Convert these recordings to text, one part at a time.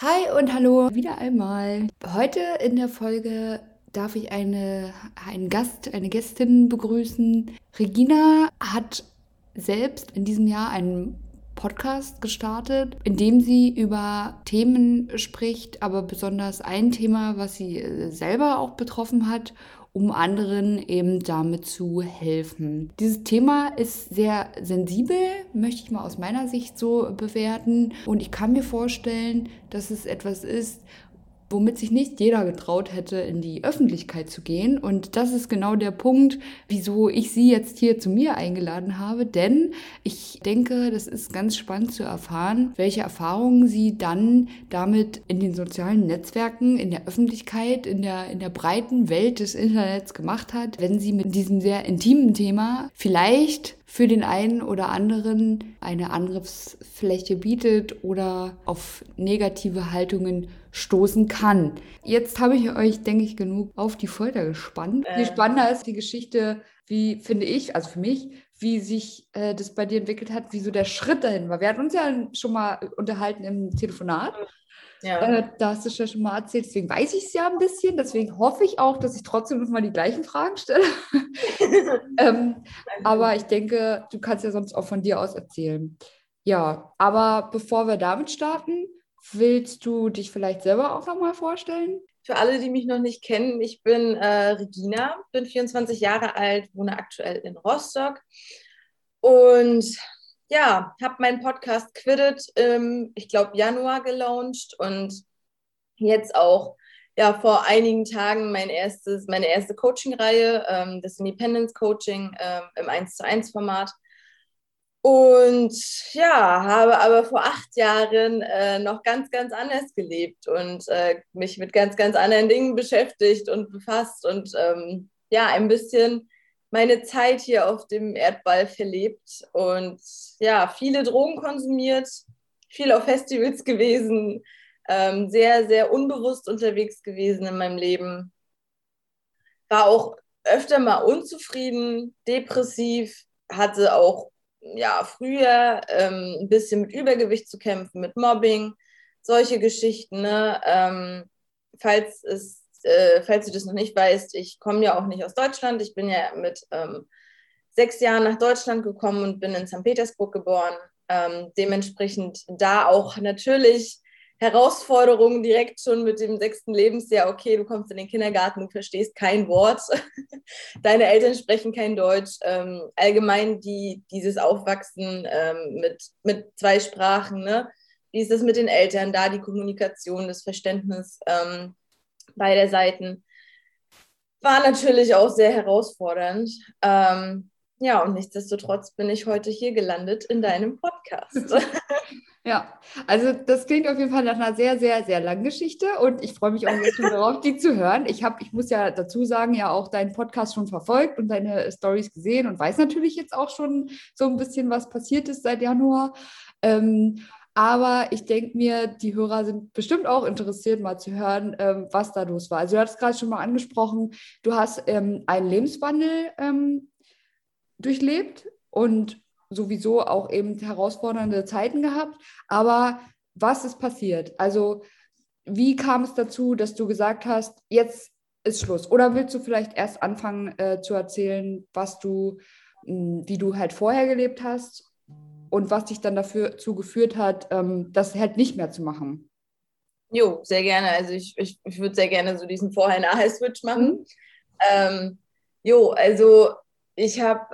Hi und hallo wieder einmal. Heute in der Folge darf ich einen Gast, eine Gästin begrüßen. Regina hat selbst in diesem Jahr einen Podcast gestartet, in dem sie über Themen spricht, aber besonders ein Thema, was sie selber auch betroffen hat, um anderen eben damit zu helfen. Dieses Thema ist sehr sensibel, möchte ich mal aus meiner Sicht so bewerten. Und ich kann mir vorstellen, dass es etwas ist, womit sich nicht jeder getraut hätte, in die Öffentlichkeit zu gehen. Und das ist genau der Punkt, wieso ich Sie jetzt hier zu mir eingeladen habe. Denn ich denke, das ist ganz spannend zu erfahren, welche Erfahrungen Sie dann damit in den sozialen Netzwerken, in der Öffentlichkeit, in der breiten Welt des Internets gemacht hat, wenn Sie mit diesem sehr intimen Thema vielleicht für den einen oder anderen eine Angriffsfläche bietet oder auf negative Haltungen stoßen kann. Jetzt habe ich euch, denke ich, genug auf die Folter gespannt. Viel spannender ist die Geschichte, wie finde ich, also für mich, wie sich das bei dir entwickelt hat, wie so der Schritt dahin war. Wir hatten uns ja schon mal unterhalten im Telefonat. Ja. Da hast du ja schon mal erzählt, deswegen weiß ich es ja ein bisschen. Deswegen hoffe ich auch, dass ich trotzdem noch mal die gleichen Fragen stelle. Ähm, aber ich denke, du kannst ja sonst auch von dir aus erzählen. Ja, aber bevor wir damit starten, willst du dich vielleicht selber auch noch mal vorstellen? Für alle, die mich noch nicht kennen, ich bin Regina, bin 24 Jahre alt, wohne aktuell in Rostock und ja, habe meinen Podcast Quittet ich glaube, Januar gelauncht und jetzt auch ja, vor einigen Tagen meine erste Coaching-Reihe, das Independence Coaching im 1:1 Format. Und ja, habe aber vor 8 Jahren noch ganz, ganz anders gelebt und mich mit ganz, ganz anderen Dingen beschäftigt und befasst und ja, ein bisschen meine Zeit hier auf dem Erdball verlebt und ja, viele Drogen konsumiert, viel auf Festivals gewesen, sehr, sehr unbewusst unterwegs gewesen in meinem Leben, war auch öfter mal unzufrieden, depressiv, hatte auch ja, früher ein bisschen mit Übergewicht zu kämpfen, mit Mobbing, solche Geschichten. Ne? Falls du das noch nicht weißt, ich komme ja auch nicht aus Deutschland. Ich bin ja mit 6 Jahren nach Deutschland gekommen und bin in St. Petersburg geboren. Dementsprechend da auch natürlich Herausforderungen direkt schon mit dem 6. Lebensjahr. Okay, du kommst in den Kindergarten, du verstehst kein Wort, deine Eltern sprechen kein Deutsch. Allgemein dieses Aufwachsen mit zwei Sprachen, ne? Wie ist es mit den Eltern da, die Kommunikation, das Verständnis beider Seiten, war natürlich auch sehr herausfordernd. Ja, und nichtsdestotrotz bin ich heute hier gelandet in deinem Podcast. Ja, also das klingt auf jeden Fall nach einer sehr, sehr, sehr langen Geschichte und ich freue mich auch jetzt schon darauf, die zu hören. Ich muss ja dazu sagen, ja auch deinen Podcast schon verfolgt und deine Stories gesehen und weiß natürlich jetzt auch schon so ein bisschen, was passiert ist seit Januar. Aber ich denke mir, die Hörer sind bestimmt auch interessiert, mal zu hören, was da los war. Also du hattest gerade schon mal angesprochen, du hast einen Lebenswandel durchlebt und sowieso auch eben herausfordernde Zeiten gehabt. Aber was ist passiert? Also, wie kam es dazu, dass du gesagt hast, jetzt ist Schluss? Oder willst du vielleicht erst anfangen zu erzählen, wie du halt vorher gelebt hast und was dich dann dazu geführt hat, das halt nicht mehr zu machen? Jo, sehr gerne. Also ich würde sehr gerne so diesen Vorher-Nachher-Switch Hm? machen. Ähm, jo, also ich habe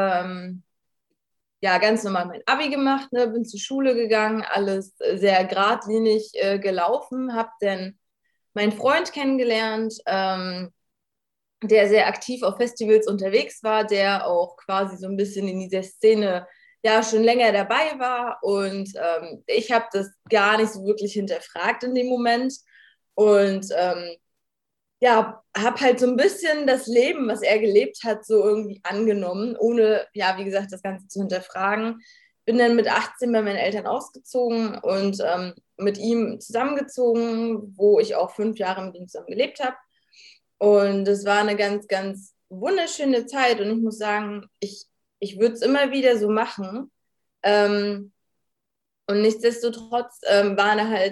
ja ganz normal mein Abi gemacht, ne, bin zur Schule gegangen, alles sehr geradlinig gelaufen, habe dann meinen Freund kennengelernt, der sehr aktiv auf Festivals unterwegs war, der auch quasi so ein bisschen in dieser Szene ja schon länger dabei war und ich habe das gar nicht so wirklich hinterfragt in dem Moment und ja, habe halt so ein bisschen das Leben, was er gelebt hat, so irgendwie angenommen, ohne, ja, wie gesagt, das Ganze zu hinterfragen. Bin dann mit 18 bei meinen Eltern ausgezogen und mit ihm zusammengezogen, wo ich auch 5 Jahre mit ihm zusammen gelebt habe. Und es war eine ganz, ganz wunderschöne Zeit und ich muss sagen, ich würde es immer wieder so machen. Und nichtsdestotrotz waren da halt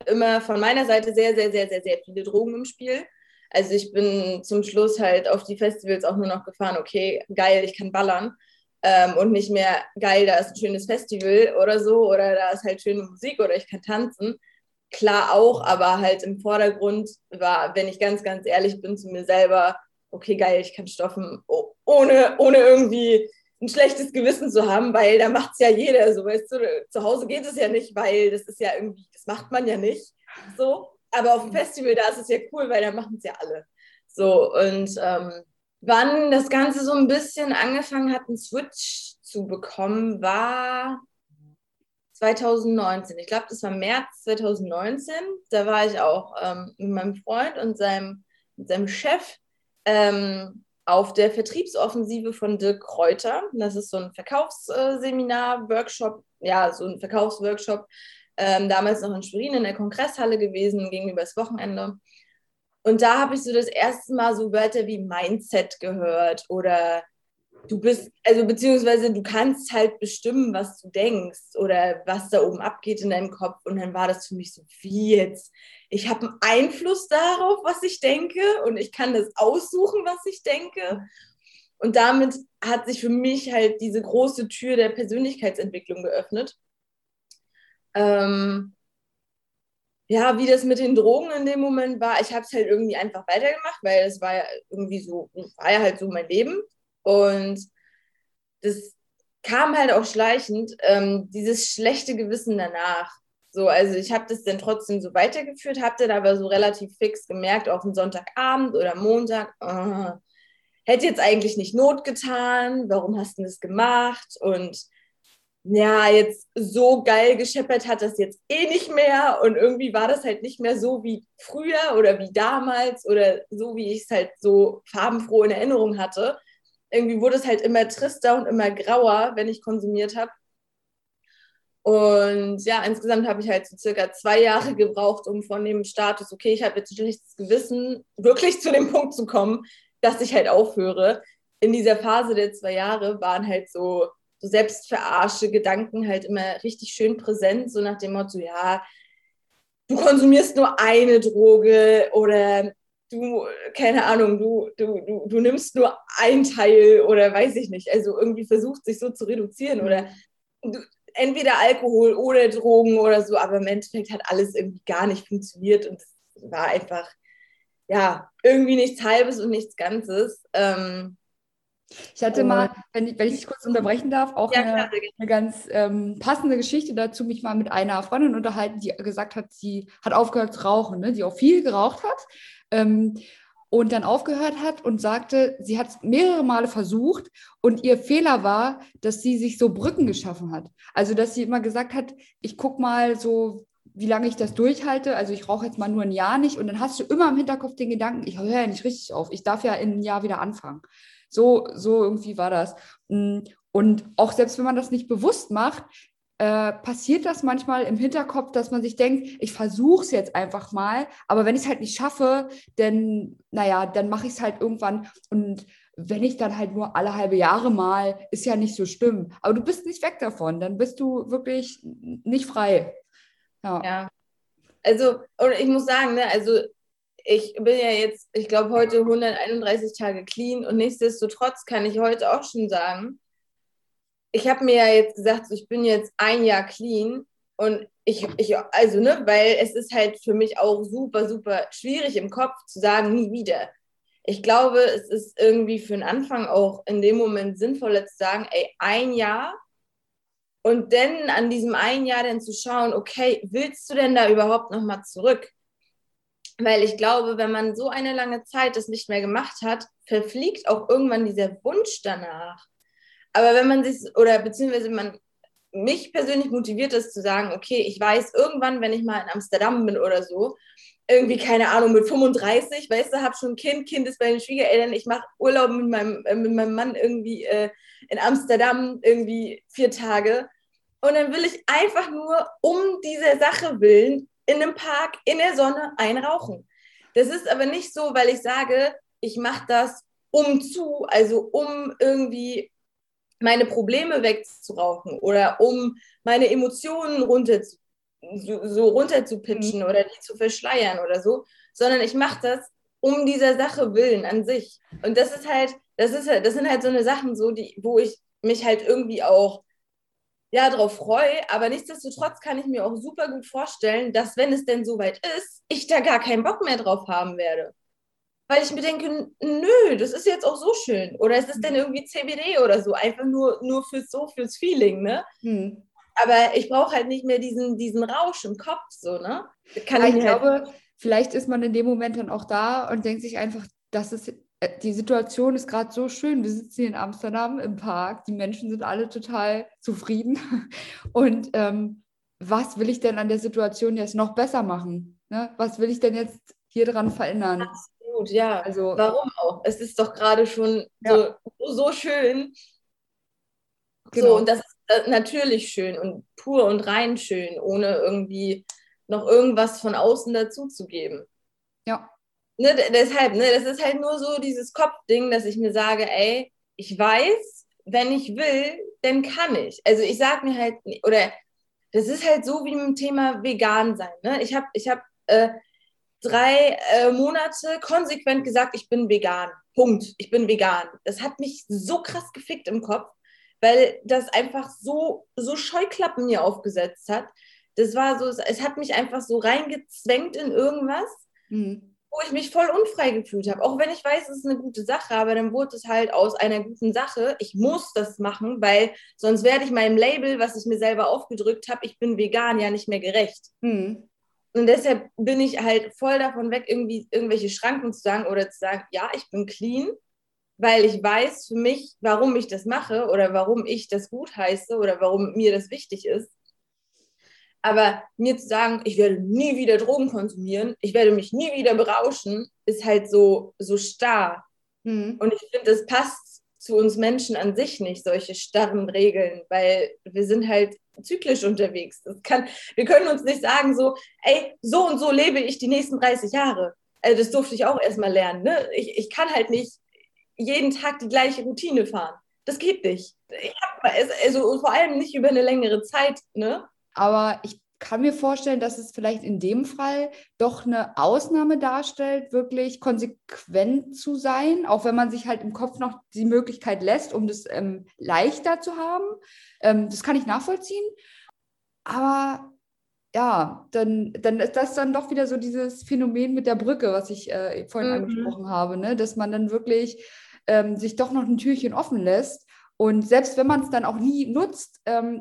immer von meiner Seite sehr, sehr, sehr, sehr, sehr viele Drogen im Spiel. Also ich bin zum Schluss halt auf die Festivals auch nur noch gefahren, okay, geil, ich kann ballern. Und nicht mehr, geil, da ist ein schönes Festival oder so, oder da ist halt schöne Musik oder ich kann tanzen. Klar auch, aber halt im Vordergrund war, wenn ich ganz, ganz ehrlich bin zu mir selber, okay, geil, ich kann stoffen, ohne irgendwie ein schlechtes Gewissen zu haben, weil da macht es ja jeder so, weißt du, zu Hause geht es ja nicht, weil das ist ja irgendwie, das macht man ja nicht so, aber auf dem Festival, da ist es ja cool, weil da machen es ja alle. So, und wann das Ganze so ein bisschen angefangen hat, einen Switch zu bekommen, war 2019. Ich glaube, das war März 2019. Da war ich auch mit meinem Freund und mit seinem Chef auf der Vertriebsoffensive von Dirk Kräuter. Das ist so ein Verkaufsseminar, Workshop, ja, so ein Verkaufsworkshop, damals noch in Schwerin in der Kongresshalle gewesen, ging übers Wochenende. Und da habe ich so das erste Mal so Wörter wie Mindset gehört oder du bist, also beziehungsweise du kannst halt bestimmen, was du denkst oder was da oben abgeht in deinem Kopf. Und dann war das für mich so, wie jetzt? Ich habe einen Einfluss darauf, was ich denke und ich kann das aussuchen, was ich denke. Und damit hat sich für mich halt diese große Tür der Persönlichkeitsentwicklung geöffnet. Ja, wie das mit den Drogen in dem Moment war, ich habe es halt irgendwie einfach weitergemacht, weil es war ja irgendwie so, war ja halt so mein Leben. Und das kam halt auch schleichend, dieses schlechte Gewissen danach. So, also ich habe das dann trotzdem so weitergeführt, habe dann aber so relativ fix gemerkt, auf einen Sonntagabend oder Montag, hätte jetzt eigentlich nicht Not getan, warum hast du das gemacht? Und ja, jetzt so geil gescheppert hat das jetzt eh nicht mehr und irgendwie war das halt nicht mehr so wie früher oder wie damals oder so, wie ich es halt so farbenfroh in Erinnerung hatte. Irgendwie wurde es halt immer trister und immer grauer, wenn ich konsumiert habe. Und ja, insgesamt habe ich halt so circa 2 Jahre gebraucht, um von dem Status, okay, ich habe jetzt ein schlechtes Gewissen, wirklich zu dem Punkt zu kommen, dass ich halt aufhöre. In dieser Phase der 2 Jahre waren halt so selbstverarsche Gedanken halt immer richtig schön präsent, so nach dem Motto, ja, du konsumierst nur eine Droge oder du, keine Ahnung, du nimmst nur ein Teil oder weiß ich nicht. Also irgendwie versucht sich so zu reduzieren oder du, entweder Alkohol oder Drogen oder so, aber im Endeffekt hat alles irgendwie gar nicht funktioniert und es war einfach, ja, irgendwie nichts Halbes und nichts Ganzes. Ich hatte mal, wenn ich dich kurz unterbrechen darf, auch Ja, klar, eine ganz passende Geschichte dazu, mich mal mit einer Freundin unterhalten, die gesagt hat, sie hat aufgehört zu rauchen, ne? Die auch viel geraucht hat und dann aufgehört hat und sagte, sie hat es mehrere Male versucht und ihr Fehler war, dass sie sich so Brücken geschaffen hat. Also, dass sie immer gesagt hat, ich gucke mal so, wie lange ich das durchhalte. Also ich rauche jetzt mal nur ein Jahr nicht und dann hast du immer im Hinterkopf den Gedanken, ich höre ja nicht richtig auf, ich darf ja in einem Jahr wieder anfangen. So irgendwie war das. Und auch selbst wenn man das nicht bewusst macht, passiert das manchmal im Hinterkopf, dass man sich denkt, ich versuche es jetzt einfach mal, aber wenn ich es halt nicht schaffe, dann, naja, dann mache ich es halt irgendwann und wenn ich dann halt nur alle halbe Jahre mal, ist ja nicht so schlimm. Aber du bist nicht weg davon, dann bist du wirklich nicht frei. Ja. ja. Also, und ich muss sagen, ne, also ich bin ja jetzt, ich glaube, heute 131 Tage clean und nichtsdestotrotz kann ich heute auch schon sagen, ich habe mir ja jetzt gesagt, so, ich bin jetzt ein Jahr clean und also, ne, weil es ist halt für mich auch super, super schwierig im Kopf zu sagen, nie wieder. Ich glaube, es ist irgendwie für den Anfang auch in dem Moment sinnvoller zu sagen, ey, ein Jahr und dann an diesem einen Jahr dann zu schauen, okay, willst du denn da überhaupt nochmal zurück? Weil ich glaube, wenn man so eine lange Zeit das nicht mehr gemacht hat, verfliegt auch irgendwann dieser Wunsch danach. Aber wenn man sich, oder beziehungsweise mich persönlich motiviert ist zu sagen, okay, ich weiß, irgendwann, wenn ich mal in Amsterdam bin oder so, irgendwie, keine Ahnung, mit 35, weißt du, habe schon ein Kind ist bei den Schwiegereltern, ich mache Urlaub mit meinem Mann irgendwie in Amsterdam irgendwie 4 Tage. Und dann will ich einfach nur um dieser Sache willen in einem Park in der Sonne einrauchen. Das ist aber nicht so, weil ich sage, ich mache das also um irgendwie meine Probleme wegzurauchen oder um meine Emotionen runterzuziehen. so runter zu pitchen oder die zu verschleiern oder so, sondern ich mache das um dieser Sache willen an sich. Und das ist halt, das sind halt so eine Sachen, so wo ich mich halt irgendwie auch ja drauf freue, aber nichtsdestotrotz kann ich mir auch super gut vorstellen, dass wenn es denn soweit ist, ich da gar keinen Bock mehr drauf haben werde. Weil ich mir denke, nö, das ist jetzt auch so schön. Oder es ist dann irgendwie CBD oder so, einfach nur fürs Feeling, ne? Hm. Aber ich brauche halt nicht mehr diesen Rausch im Kopf, so, ne? Das kann Ja, ich ich mir halt. glaube, vielleicht ist man in dem Moment dann auch da und denkt sich einfach, die Situation ist gerade so schön. Wir sitzen hier in Amsterdam im Park, die Menschen sind alle total zufrieden. Und was will ich denn an der Situation jetzt noch besser machen? Ne? Was will ich denn jetzt hier dran verändern? Gut, ja. Also, Warum auch? Es ist doch gerade schon ja, so schön. So, und genau. das ist natürlich schön und pur und rein schön, ohne irgendwie noch irgendwas von außen dazuzugeben. Ja. Ne, deshalb, ne, das ist halt nur so dieses Kopfding, dass ich mir sage, ey, ich weiß, wenn ich will, dann kann ich. Also ich sage mir halt, oder das ist halt so wie mit dem Thema vegan sein. Ne? Ich hab 3 Monate konsequent gesagt, ich bin vegan. Punkt. Ich bin vegan. Das hat mich so krass gefickt im Kopf, weil das einfach so Scheuklappen mir aufgesetzt hat. Das war so, es hat mich einfach so reingezwängt in irgendwas, Mhm. wo ich mich voll unfrei gefühlt habe. Auch wenn ich weiß, es ist eine gute Sache, aber dann wurde es halt aus einer guten Sache. Ich muss das machen, weil sonst werde ich meinem Label, was ich mir selber aufgedrückt habe, ich bin vegan, ja nicht mehr gerecht. Mhm. Und deshalb bin ich halt voll davon weg, irgendwie irgendwelche Schranken zu sagen oder zu sagen, ja, ich bin clean, weil ich weiß für mich, warum ich das mache oder warum ich das gut heiße oder warum mir das wichtig ist. Aber mir zu sagen, ich werde nie wieder Drogen konsumieren, ich werde mich nie wieder berauschen, ist halt so starr. Mhm. Und ich finde, das passt zu uns Menschen an sich nicht, solche starren Regeln, weil wir sind halt zyklisch unterwegs. Wir können uns nicht sagen so, ey, so und so lebe ich die nächsten 30 Jahre. Also das durfte ich auch erstmal lernen. Ne? Ich kann halt nicht jeden Tag die gleiche Routine fahren. Das geht nicht. Also vor allem nicht über eine längere Zeit. Ne? Aber ich kann mir vorstellen, dass es vielleicht in dem Fall doch eine Ausnahme darstellt, wirklich konsequent zu sein, auch wenn man sich halt im Kopf noch die Möglichkeit lässt, um das leichter zu haben. Das kann ich nachvollziehen. Aber ja, dann ist das dann doch wieder so dieses Phänomen mit der Brücke, was ich vorhin Mhm. angesprochen habe, ne? Dass man dann wirklich sich doch noch ein Türchen offen lässt. Und selbst wenn man es dann auch nie nutzt,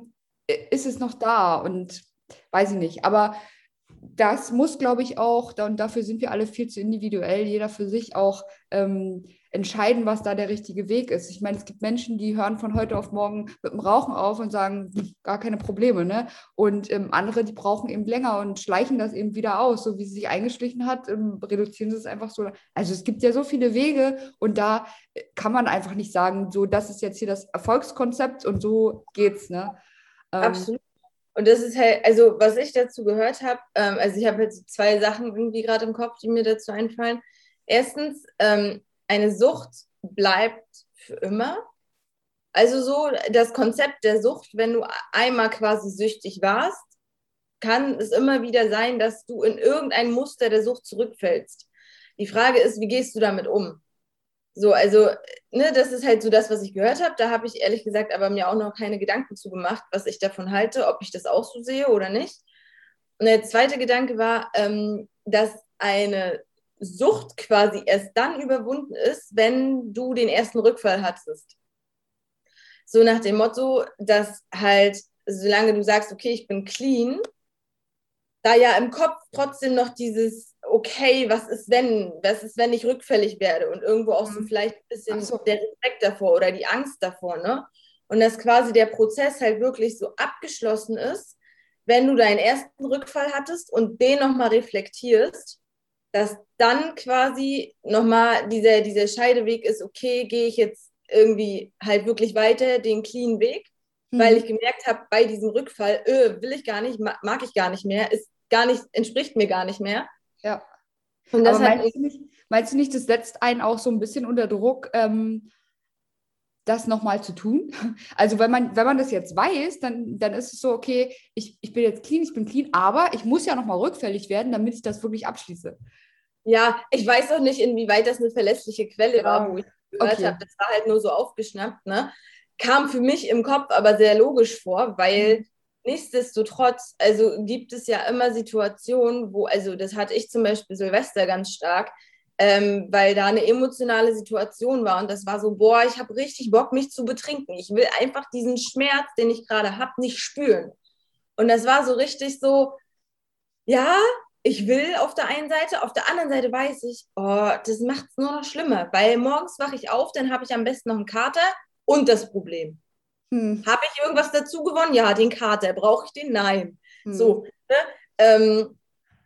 ist es noch da und weiß ich nicht. Aber das muss, glaube ich, auch, und dafür sind wir alle viel zu individuell, jeder für sich auch entscheiden, was da der richtige Weg ist. Ich meine, es gibt Menschen, die hören von heute auf morgen mit dem Rauchen auf und sagen, gar keine Probleme, ne? Und andere, die brauchen eben länger und schleichen das eben wieder aus, so wie sie sich eingeschlichen hat, reduzieren sie es einfach so. Also es gibt ja so viele Wege und da kann man einfach nicht sagen, so, das ist jetzt hier das Erfolgskonzept und so geht's, ne? Ähm, Absolut. Und das ist halt, also was ich dazu gehört habe, also ich habe jetzt 2 Sachen irgendwie gerade im Kopf, die mir dazu einfallen. Erstens, eine Sucht bleibt für immer. Also so das Konzept der Sucht, wenn du einmal quasi süchtig warst, kann es immer wieder sein, dass du in irgendein Muster der Sucht zurückfällst. Die Frage ist, wie gehst du damit um? So, also, ne, das ist halt so das, was ich gehört habe. Da habe ich ehrlich gesagt aber mir auch noch keine Gedanken zu gemacht, was ich davon halte, ob ich das auch so sehe oder nicht. Und der zweite Gedanke war, dass eine Sucht quasi erst dann überwunden ist, wenn du den ersten Rückfall hattest. So nach dem Motto, dass halt, solange du sagst, okay, ich bin clean, da ja im Kopf trotzdem noch dieses, okay, was ist, wenn ich rückfällig werde und irgendwo auch so vielleicht ein ach bisschen so. der Respekt davor oder die Angst davor, ne? Und dass quasi der Prozess halt wirklich so abgeschlossen ist, wenn du deinen ersten Rückfall hattest und den nochmal reflektierst, dass dann quasi nochmal dieser Scheideweg ist, okay, gehe ich jetzt irgendwie halt wirklich weiter den clean Weg, weil ich Mhm. gemerkt habe, bei diesem Rückfall, will ich gar nicht, mag ich gar nicht mehr, ist gar nicht, entspricht mir gar nicht mehr. Ja. Und Aber das hat, meinst du nicht, das setzt einen auch so ein bisschen unter Druck, das nochmal zu tun. Also wenn man das jetzt weiß, dann ist es so, okay, ich bin jetzt clean, ich bin clean, aber ich muss ja nochmal rückfällig werden, damit ich das wirklich abschließe. Ja, ich weiß auch nicht, inwieweit das eine verlässliche Quelle war, wo Ja, ich gehört okay. habe. Das war halt nur so aufgeschnappt, ne? Kam für mich im Kopf aber sehr logisch vor, weil Mhm. nichtsdestotrotz, also gibt es ja immer Situationen, wo, also das hatte ich zum Beispiel Silvester ganz stark, weil da eine emotionale Situation war und das war so, boah, ich habe richtig Bock, mich zu betrinken. Ich will einfach diesen Schmerz, den ich gerade habe, nicht spüren. Und das war so richtig so, ja, ich will auf der einen Seite, auf der anderen Seite weiß ich, oh, das macht es nur noch schlimmer, weil morgens wache ich auf, dann habe ich am besten noch einen Kater und das Problem. Hm. Habe ich irgendwas dazu gewonnen? Ja, den Kater. Brauche ich den? Nein. Hm. So, ne? ähm,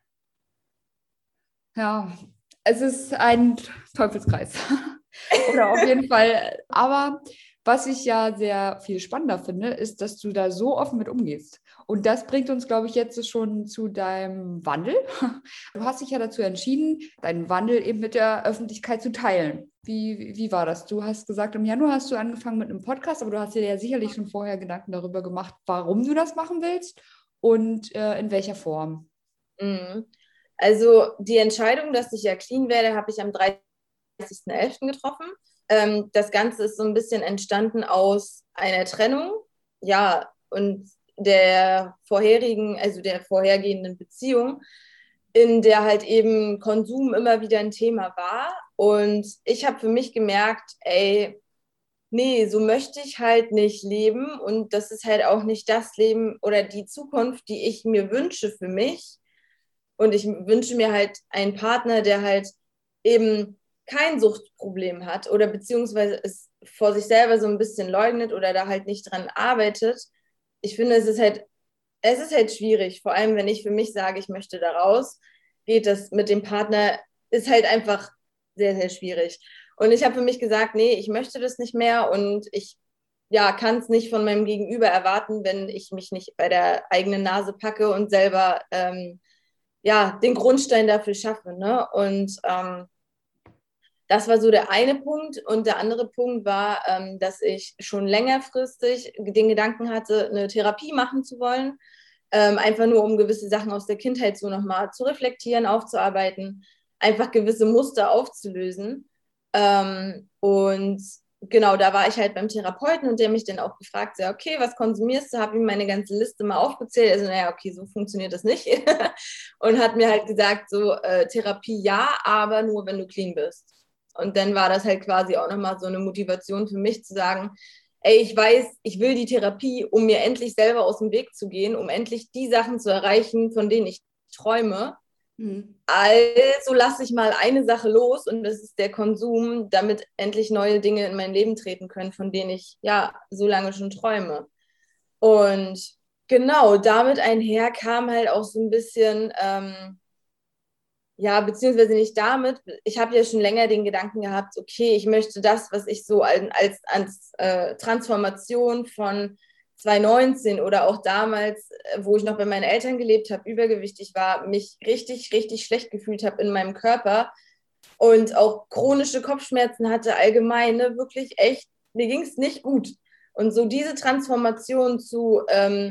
Ja, es ist ein Teufelskreis. Oder auf jeden Fall. Aber was ich ja sehr viel spannender finde, ist, dass du da so offen mit umgehst. Und das bringt uns, glaube ich, jetzt schon zu deinem Wandel. Du hast dich ja dazu entschieden, deinen Wandel eben mit der Öffentlichkeit zu teilen. Wie war das? Du hast gesagt, im Januar hast du angefangen mit einem Podcast, aber du hast dir ja sicherlich schon vorher Gedanken darüber gemacht, warum du das machen willst und in welcher Form. mh. Also die Entscheidung, dass ich ja clean werde, habe ich am 30.11. getroffen. Das Ganze ist so ein bisschen entstanden aus einer Trennung, ja, und der vorherigen, also der vorhergehenden Beziehung, in der halt eben Konsum immer wieder ein Thema war. Und ich habe für mich gemerkt, ey, nee, so möchte ich halt nicht leben. Und das ist halt auch nicht das Leben oder die Zukunft, die ich mir wünsche für mich. Und ich wünsche mir halt einen Partner, der halt eben kein Suchtproblem hat oder beziehungsweise es vor sich selber so ein bisschen leugnet oder da halt nicht dran arbeitet. Ich finde, es ist halt schwierig, vor allem wenn ich für mich sage, ich möchte da raus, geht das mit dem Partner, ist halt einfach sehr, sehr schwierig. Und ich habe für mich gesagt, nee, ich möchte das nicht mehr und ich ja, kann es nicht von meinem Gegenüber erwarten, wenn ich mich nicht bei der eigenen Nase packe und selber ja, den Grundstein dafür schaffe. Ne? Und das war so der eine Punkt. Und der andere Punkt war, dass ich schon längerfristig den Gedanken hatte, eine Therapie machen zu wollen. Einfach nur, um gewisse Sachen aus der Kindheit so nochmal zu reflektieren, aufzuarbeiten, einfach gewisse Muster aufzulösen. Und genau, da war ich halt beim Therapeuten und der mich dann auch gefragt, so, okay, was konsumierst du? Habe ihm meine ganze Liste mal aufgezählt. Also, naja, okay, so funktioniert das nicht. Und hat mir halt gesagt, so, Therapie ja, aber nur, wenn du clean bist. Und dann war das halt quasi auch nochmal so eine Motivation für mich zu sagen, ey, ich weiß, ich will die Therapie, um mir endlich selber aus dem Weg zu gehen, um endlich die Sachen zu erreichen, von denen ich träume. Hm. Also lasse ich mal eine Sache los und das ist der Konsum, damit endlich neue Dinge in mein Leben treten können, von denen ich ja so lange schon träume. Und genau, damit einher kam halt auch so ein bisschen ja, beziehungsweise nicht damit. Ich habe ja schon länger den Gedanken gehabt, okay, ich möchte das, was ich so als Transformation von 2019 oder auch damals, wo ich noch bei meinen Eltern gelebt habe, übergewichtig war, mich richtig, richtig schlecht gefühlt habe in meinem Körper und auch chronische Kopfschmerzen hatte allgemein, ne, wirklich echt, mir ging es nicht gut. Und so diese Transformation zu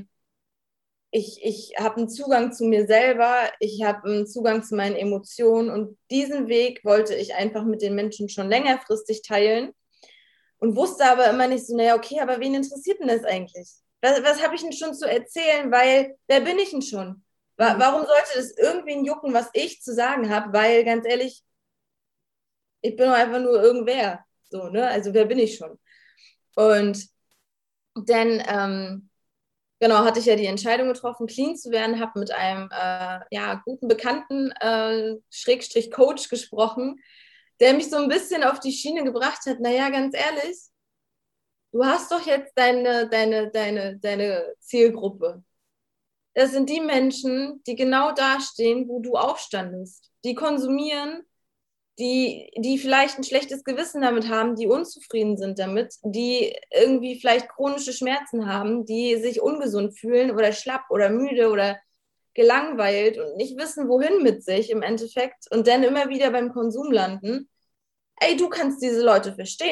ich habe einen Zugang zu mir selber, ich habe einen Zugang zu meinen Emotionen und diesen Weg wollte ich einfach mit den Menschen schon längerfristig teilen und wusste aber immer nicht so, naja, okay, aber wen interessiert denn das eigentlich? Was habe ich denn schon zu erzählen? Weil, wer bin ich denn schon? Hm. Warum sollte das irgendwen jucken, was ich zu sagen habe? Weil, ganz ehrlich, ich bin doch einfach nur irgendwer. So, ne? Also, wer bin ich schon? Und dann genau, hatte ich ja die Entscheidung getroffen, clean zu werden, habe mit einem ja, guten Bekannten, Schrägstrich Coach gesprochen, der mich so ein bisschen auf die Schiene gebracht hat, naja, ganz ehrlich, du hast doch jetzt deine Zielgruppe. Das sind die Menschen, die genau da stehen, wo du auch standest. Die konsumieren, die vielleicht ein schlechtes Gewissen damit haben, die unzufrieden sind damit, die irgendwie vielleicht chronische Schmerzen haben, die sich ungesund fühlen oder schlapp oder müde oder gelangweilt und nicht wissen, wohin mit sich im Endeffekt und dann immer wieder beim Konsum landen. Ey, du kannst diese Leute verstehen.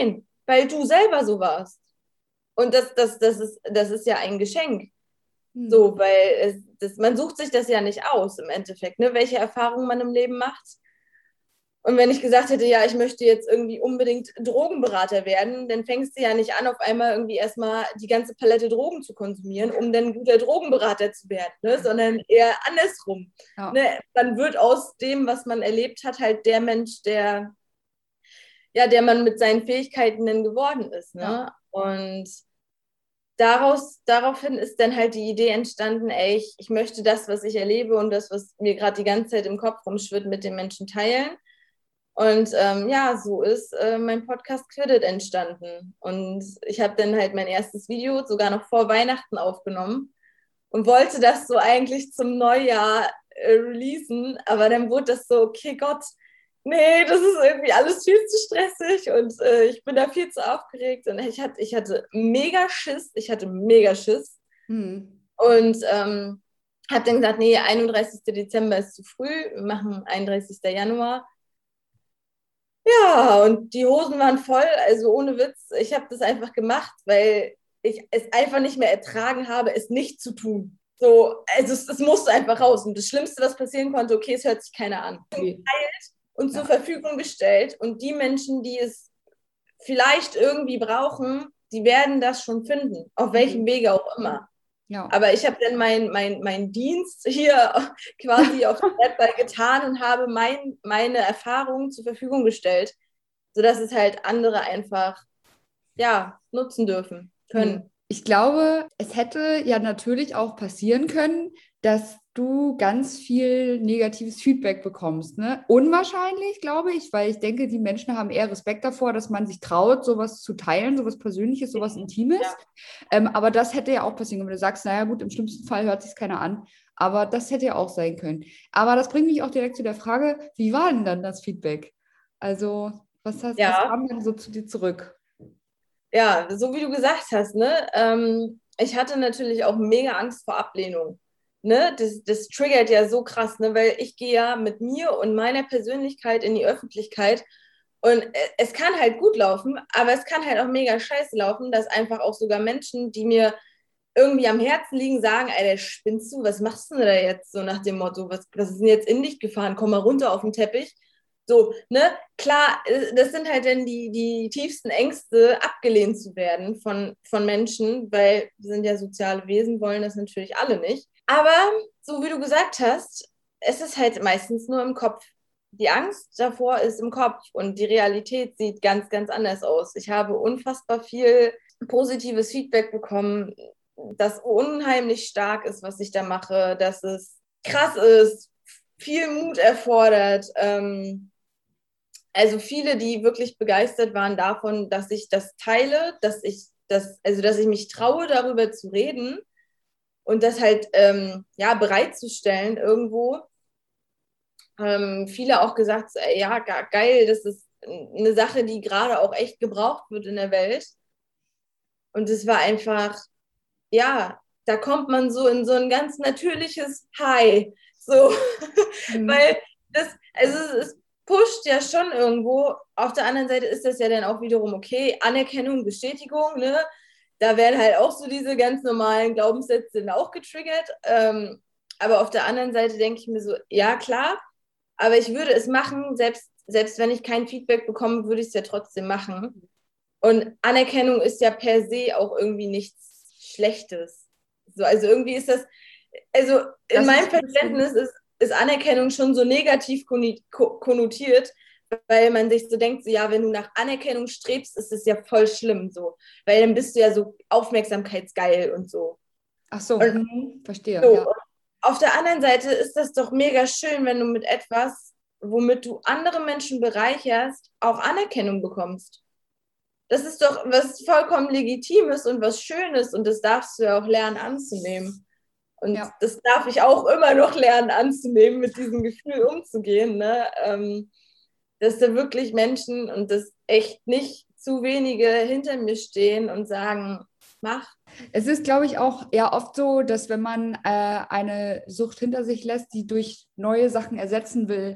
weil du selber so warst. Und das ist ja ein Geschenk. So, weil man sucht sich das ja nicht aus im Endeffekt, ne? Welche Erfahrungen man im Leben macht. Und wenn ich gesagt hätte, ja, ich möchte jetzt irgendwie unbedingt Drogenberater werden, dann fängst du ja nicht an, auf einmal irgendwie erstmal die ganze Palette Drogen zu konsumieren, um dann ein guter Drogenberater zu werden, ne? Sondern eher andersrum. Ja. Ne? Man wird aus dem, was man erlebt hat, halt der Mensch, der man mit seinen Fähigkeiten dann geworden ist. Ne? Ja. Und daraufhin ist dann halt die Idee entstanden, ey, ich möchte das, was ich erlebe und das, was mir gerade die ganze Zeit im Kopf rumschwirrt, mit den Menschen teilen. Und so ist mein Podcast Quiddet entstanden. Und ich habe dann halt mein erstes Video sogar noch vor Weihnachten aufgenommen und wollte das so eigentlich zum Neujahr releasen. Aber dann wurde das so, okay, Gott, nee, das ist irgendwie alles viel zu stressig und ich bin da viel zu aufgeregt. Und ich hatte mega Schiss. Mhm. Und habe dann gesagt, nee, 31. Dezember ist zu früh, wir machen 31. Januar. Ja, und die Hosen waren voll, also ohne Witz. Ich habe das einfach gemacht, weil ich es einfach nicht mehr ertragen habe, es nicht zu tun. So, also es musste einfach raus. Und das Schlimmste, was passieren konnte, okay, es hört sich keiner an. Okay. Und zur Verfügung gestellt. Und die Menschen, die es vielleicht irgendwie brauchen, die werden das schon finden, auf welchem Wege auch immer. Ja. Aber ich habe dann meinen Dienst hier quasi auf der Erdball getan und habe meine Erfahrungen zur Verfügung gestellt, sodass es halt andere einfach nutzen dürfen können. Ich glaube, es hätte ja natürlich auch passieren können, dass du ganz viel negatives Feedback bekommst. Ne? Unwahrscheinlich, glaube ich, weil ich denke, die Menschen haben eher Respekt davor, dass man sich traut, sowas zu teilen, sowas Persönliches, sowas Intimes. Ja. Aber das hätte ja auch passieren können, wenn du sagst, naja gut, im schlimmsten Fall hört sich keiner an. Aber das hätte ja auch sein können. Aber das bringt mich auch direkt zu der Frage, wie war denn dann das Feedback? Also, was kam denn so zu dir zurück? Ja, so wie du gesagt hast, ne? Ich hatte natürlich auch mega Angst vor Ablehnung. Ne? Das triggert ja so krass, ne? Weil ich gehe ja mit mir und meiner Persönlichkeit in die Öffentlichkeit und es kann halt gut laufen, aber es kann halt auch mega scheiße laufen, dass einfach auch sogar Menschen, die mir irgendwie am Herzen liegen, sagen, Alter, spinnst du, was machst du denn da jetzt? So nach dem Motto, was ist denn jetzt in dich gefahren? Komm mal runter auf den Teppich. So, ne? Klar, das sind halt dann die tiefsten Ängste, abgelehnt zu werden von Menschen, weil wir sind ja soziale Wesen, wollen das natürlich alle nicht. Aber so wie du gesagt hast, es ist halt meistens nur im Kopf. Die Angst davor ist im Kopf und die Realität sieht ganz, ganz anders aus. Ich habe unfassbar viel positives Feedback bekommen, das unheimlich stark ist, was ich da mache, dass es krass ist, viel Mut erfordert. Also viele, die wirklich begeistert waren davon, dass ich das teile, dass ich mich traue, darüber zu reden und das halt bereitzustellen irgendwo. Viele auch gesagt, ja, geil, das ist eine Sache, die gerade auch echt gebraucht wird in der Welt. Und es war einfach, ja, da kommt man so in so ein ganz natürliches High. So, weil es pusht ja schon irgendwo. Auf der anderen Seite ist das ja dann auch wiederum okay. Anerkennung, Bestätigung, ne? Da werden halt auch so diese ganz normalen Glaubenssätze dann auch getriggert. Aber auf der anderen Seite denke ich mir so, ja, klar, aber ich würde es machen, selbst wenn ich kein Feedback bekomme, würde ich es ja trotzdem machen. Und Anerkennung ist ja per se auch irgendwie nichts Schlechtes. So, also irgendwie ist das, also in meinem Verständnis ist Anerkennung schon so negativ konnotiert, weil man sich so denkt, so, ja, wenn du nach Anerkennung strebst, ist es ja voll schlimm so, weil dann bist du ja so aufmerksamkeitsgeil und so. Ach so, verstehe. So, ja. Auf der anderen Seite ist das doch mega schön, wenn du mit etwas, womit du andere Menschen bereicherst, auch Anerkennung bekommst. Das ist doch was vollkommen Legitimes und was Schönes und das darfst du ja auch lernen anzunehmen. Und das darf ich auch immer noch lernen anzunehmen, mit diesem Gefühl umzugehen, ne? Dass da wirklich Menschen und das echt nicht zu wenige hinter mir stehen und sagen, mach. Es ist, glaube ich, auch eher oft so, dass wenn man eine Sucht hinter sich lässt, die durch neue Sachen ersetzen will,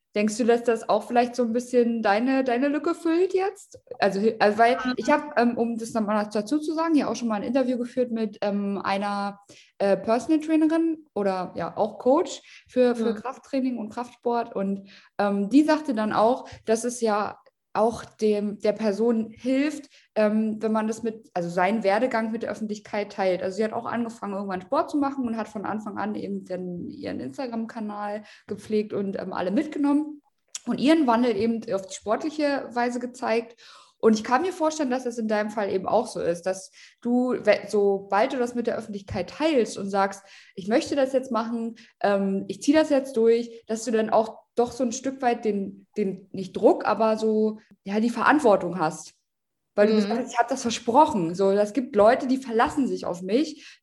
Denkst du, dass das auch vielleicht so ein bisschen deine Lücke füllt jetzt? Also weil ich habe, um das nochmal dazu zu sagen, ja auch schon mal ein Interview geführt mit einer Personal Trainerin oder ja auch Coach für Mhm. Krafttraining und Kraftsport. Und die sagte dann auch, dass es ja auch der Person hilft, wenn man das also seinen Werdegang mit der Öffentlichkeit teilt. Also sie hat auch angefangen, irgendwann Sport zu machen und hat von Anfang an eben dann ihren Instagram-Kanal gepflegt und alle mitgenommen und ihren Wandel eben auf die sportliche Weise gezeigt. Und ich kann mir vorstellen, dass es in deinem Fall eben auch so ist, dass du, sobald du das mit der Öffentlichkeit teilst und sagst, ich möchte das jetzt machen, ich ziehe das jetzt durch, dass du dann auch doch so ein Stück weit den nicht Druck, aber so, ja, die Verantwortung hast. Weil du gesagt Mhm. hast, ich habe das versprochen. So, es gibt Leute, die verlassen sich auf mich,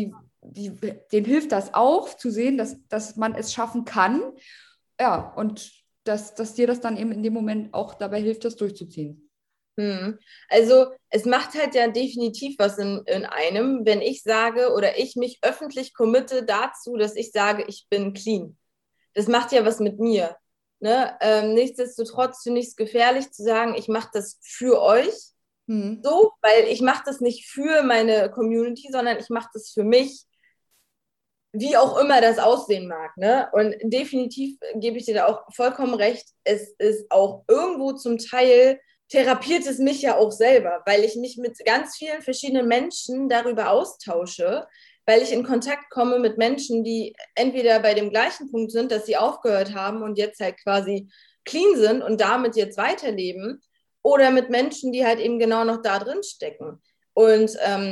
denen hilft das auch, zu sehen, dass man es schaffen kann. Ja, und dass dir das dann eben in dem Moment auch dabei hilft, das durchzuziehen. Mhm. Also es macht halt ja definitiv was in einem, wenn ich sage oder ich mich öffentlich committe dazu, dass ich sage, ich bin clean. Das macht ja was mit mir. Ne? Nichtsdestotrotz finde ich es gefährlich zu sagen, ich mache das für euch Hm. so, weil ich mache das nicht für meine Community, sondern ich mache das für mich, wie auch immer das aussehen mag. Ne? Und definitiv gebe ich dir da auch vollkommen recht. Es ist auch irgendwo zum Teil therapiert es mich ja auch selber, weil ich mich mit ganz vielen verschiedenen Menschen darüber austausche, weil ich in Kontakt komme mit Menschen, die entweder bei dem gleichen Punkt sind, dass sie aufgehört haben und jetzt halt quasi clean sind und damit jetzt weiterleben, oder mit Menschen, die halt eben genau noch da drin stecken. Und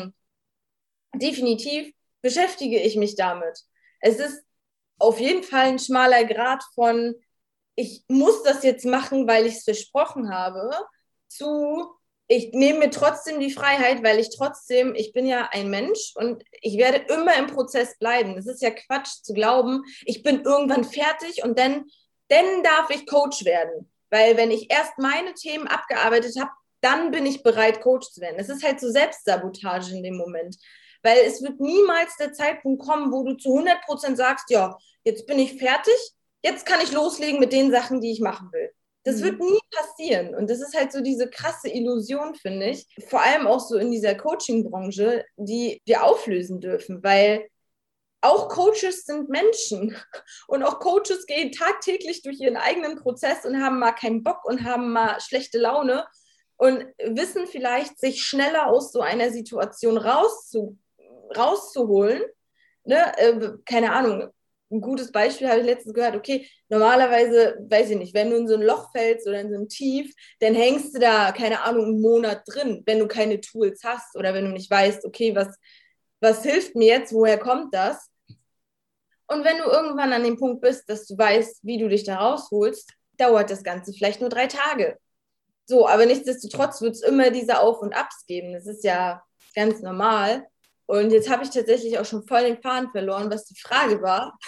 definitiv beschäftige ich mich damit. Es ist auf jeden Fall ein schmaler Grad von, ich muss das jetzt machen, weil ich es versprochen habe, zu, ich nehme mir trotzdem die Freiheit, weil ich bin ja ein Mensch und ich werde immer im Prozess bleiben. Es ist ja Quatsch zu glauben, ich bin irgendwann fertig und dann darf ich Coach werden. Weil wenn ich erst meine Themen abgearbeitet habe, dann bin ich bereit, Coach zu werden. Es ist halt so Selbstsabotage in dem Moment. Weil es wird niemals der Zeitpunkt kommen, wo du zu 100% sagst, ja, jetzt bin ich fertig, jetzt kann ich loslegen mit den Sachen, die ich machen will. Das wird Hm. nie passieren. Und das ist halt so diese krasse Illusion, finde ich. Vor allem auch so in dieser Coaching-Branche, die wir auflösen dürfen, weil auch Coaches sind Menschen. Und auch Coaches gehen tagtäglich durch ihren eigenen Prozess und haben mal keinen Bock und haben mal schlechte Laune und wissen vielleicht, sich schneller aus so einer Situation rauszuholen. Ne? Keine Ahnung, ein gutes Beispiel habe ich letztens gehört, okay, normalerweise, weiß ich nicht, wenn du in so ein Loch fällst oder in so ein Tief, dann hängst du da, keine Ahnung, einen Monat drin, wenn du keine Tools hast oder wenn du nicht weißt, okay, was hilft mir jetzt, woher kommt das? Und wenn du irgendwann an dem Punkt bist, dass du weißt, wie du dich da rausholst, dauert das Ganze vielleicht nur 3 Tage. So, aber nichtsdestotrotz wird es immer diese Auf- und Abs geben. Das ist ja ganz normal. Und jetzt habe ich tatsächlich auch schon voll den Faden verloren, was die Frage war.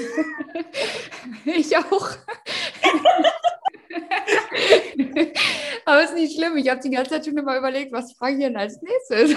Ich auch. Aber ist nicht schlimm. Ich habe die ganze Zeit schon immer überlegt, was frage ich denn als nächstes?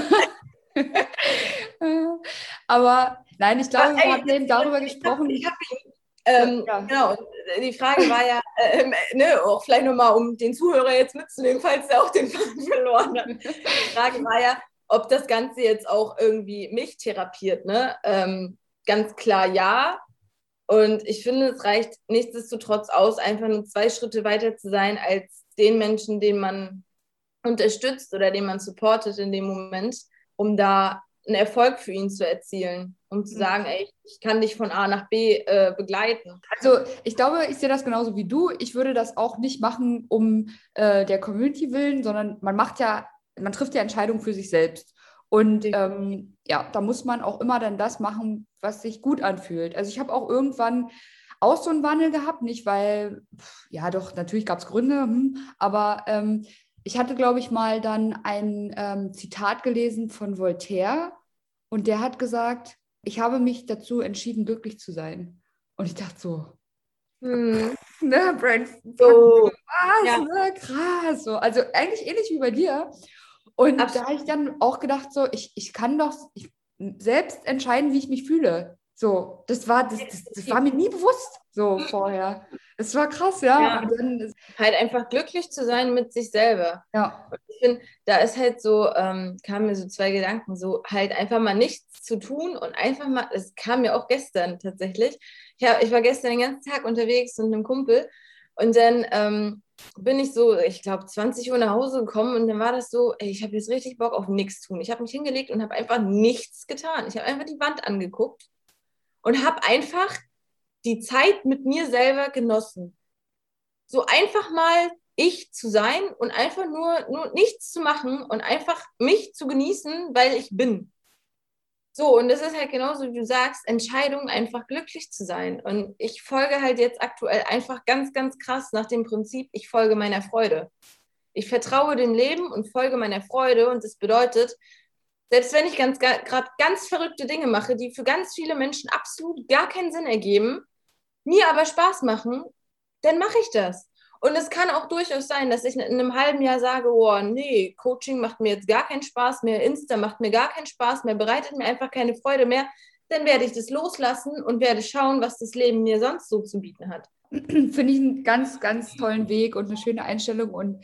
Aber nein, ich Aber, glaube, wir ey, hatten eben darüber ich hab gesprochen. ihn. Ja. Genau, die Frage war ja, ne, auch vielleicht nochmal, um den Zuhörer jetzt mitzunehmen, falls er auch den Faden verloren hat. Die Frage war ja, ob das Ganze jetzt auch irgendwie mich therapiert. Ne? Ganz klar ja. Und ich finde, es reicht nichtsdestotrotz aus, einfach nur 2 Schritte weiter zu sein als den Menschen, den man unterstützt oder den man supportet in dem Moment, um da einen Erfolg für ihn zu erzielen, um zu sagen, ey, ich kann dich von A nach B begleiten. Also ich glaube, ich sehe das genauso wie du. Ich würde das auch nicht machen um der Community willen, sondern man trifft ja Entscheidungen für sich selbst. Und ja, da muss man auch immer dann das machen, was sich gut anfühlt. Also ich habe auch irgendwann auch so einen Wandel gehabt, nicht weil, ja doch, natürlich gab es Gründe, aber ich hatte, glaube ich, mal dann ein Zitat gelesen von Voltaire und der hat gesagt, ich habe mich dazu entschieden, glücklich zu sein. Und ich dachte so, Hm. ne, Brain fuck, So, was, ja, ne, krass. So. Also eigentlich ähnlich wie bei dir. Und da habe ich absolut. dann auch gedacht, so, ich kann doch selbst entscheiden, wie ich mich fühle. So, das war mir nie bewusst, so vorher. Es war krass, ja. Ja, Und dann, halt einfach glücklich zu sein mit sich selber. ja. Und ich finde, da ist halt so, kamen mir so zwei Gedanken, so halt einfach mal nichts zu tun und einfach mal, es kam mir auch gestern tatsächlich. Ich war gestern den ganzen Tag unterwegs mit einem Kumpel und dann bin ich so, ich glaube, 20 Uhr nach Hause gekommen und dann war das so, ey, ich habe jetzt richtig Bock auf nichts tun. Ich habe mich hingelegt und habe einfach nichts getan. Ich habe einfach die Wand angeguckt und habe einfach die Zeit mit mir selber genossen. So einfach mal ich zu sein und einfach nur nichts zu machen und einfach mich zu genießen, weil ich bin. So, und das ist halt genauso, wie du sagst, Entscheidung, einfach glücklich zu sein. Und ich folge halt jetzt aktuell einfach ganz, ganz krass nach dem Prinzip, ich folge meiner Freude. Ich vertraue dem Leben und folge meiner Freude. Und das bedeutet, selbst wenn ich gerade ganz verrückte Dinge mache, die für ganz viele Menschen absolut gar keinen Sinn ergeben, mir aber Spaß machen, dann mache ich das. Und es kann auch durchaus sein, dass ich in einem halben Jahr sage, oh nee, Coaching macht mir jetzt gar keinen Spaß mehr, Insta macht mir gar keinen Spaß mehr, bereitet mir einfach keine Freude mehr. Dann werde ich das loslassen und werde schauen, was das Leben mir sonst so zu bieten hat. Finde ich einen ganz, ganz tollen Weg und eine schöne Einstellung. Und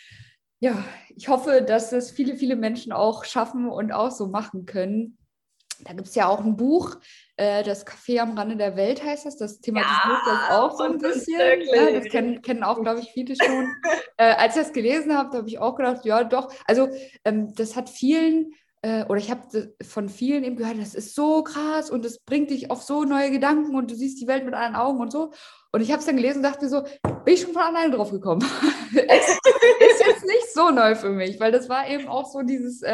ja, ich hoffe, dass es viele, viele Menschen auch schaffen und auch so machen können. Da gibt es ja auch ein Buch, das Café am Rande der Welt heißt das. Das thematisiert das auch so ein und bisschen. wirklich. Das kennen auch, glaube ich, viele schon. Als ich das gelesen habe, habe ich auch gedacht, ja, doch. Also das hat vielen, oder ich habe von vielen eben gehört, das ist so krass und das bringt dich auf so neue Gedanken und du siehst die Welt mit anderen Augen und so. Und ich habe es dann gelesen und dachte mir so, bin ich schon von alleine drauf gekommen. Ist jetzt nicht so neu für mich, weil das war eben auch so dieses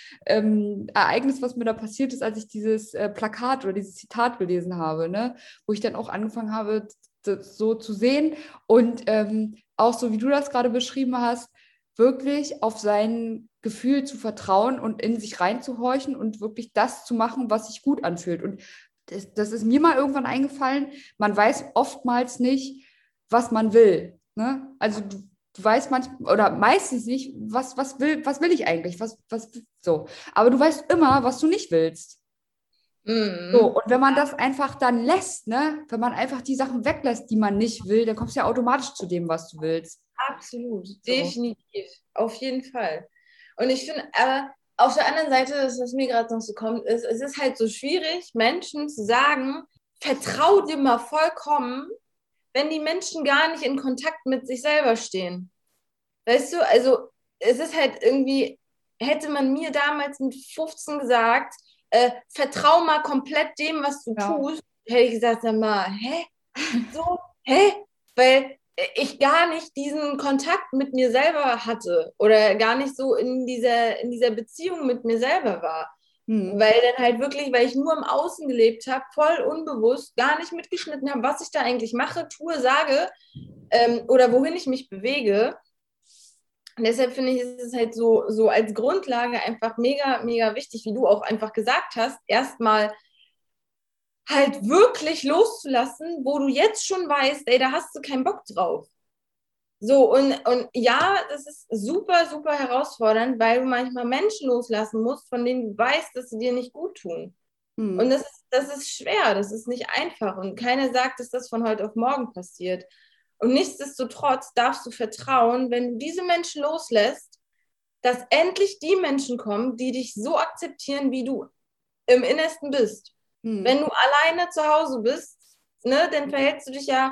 Ereignis, was mir da passiert ist, als ich dieses Plakat oder dieses Zitat gelesen habe, ne? Wo ich dann auch angefangen habe, das so zu sehen und auch so, wie du das gerade beschrieben hast, wirklich auf sein Gefühl zu vertrauen und in sich reinzuhorchen und wirklich das zu machen, was sich gut anfühlt. Und das ist mir mal irgendwann eingefallen, man weiß oftmals nicht, was man will. Ne? Also du weißt manchmal oder meistens nicht, was will ich eigentlich? So. Aber du weißt immer, was du nicht willst. So, Mhm. und wenn man das einfach dann lässt, ne, wenn man einfach die Sachen weglässt, die man nicht will, dann kommst du ja automatisch zu dem, was du willst. Absolut, So. definitiv, auf jeden Fall. Und ich finde, aber auf der anderen Seite, das, was mir gerade noch so kommt, ist, es ist halt so schwierig, Menschen zu sagen, vertrau dir mal vollkommen, wenn die Menschen gar nicht in Kontakt mit sich selber stehen. Weißt du, also es ist halt irgendwie, hätte man mir damals mit 15 gesagt, vertrau mal komplett dem, was du Ja. tust, hätte ich gesagt, sag mal, hä? So, hä? Weil ich gar nicht diesen Kontakt mit mir selber hatte oder gar nicht so in dieser Beziehung mit mir selber war. Hm. Weil dann halt wirklich, weil ich nur im Außen gelebt habe, voll unbewusst, gar nicht mitgeschnitten habe, was ich da eigentlich mache, tue, sage oder wohin ich mich bewege. Und deshalb finde ich, ist es halt so als Grundlage einfach mega, mega wichtig, wie du auch einfach gesagt hast, erstmal halt wirklich loszulassen, wo du jetzt schon weißt, ey, da hast du keinen Bock drauf. So, und ja, das ist super, super herausfordernd, weil du manchmal Menschen loslassen musst, von denen du weißt, dass sie dir nicht gut tun. Und Hm. das ist schwer, das ist nicht einfach. Und keiner sagt, dass das von heute auf morgen passiert. Und nichtsdestotrotz darfst du vertrauen, wenn du diese Menschen loslässt, dass endlich die Menschen kommen, die dich so akzeptieren, wie du im Innersten bist. Hm. Wenn du alleine zu Hause bist, ne, dann verhältst du dich ja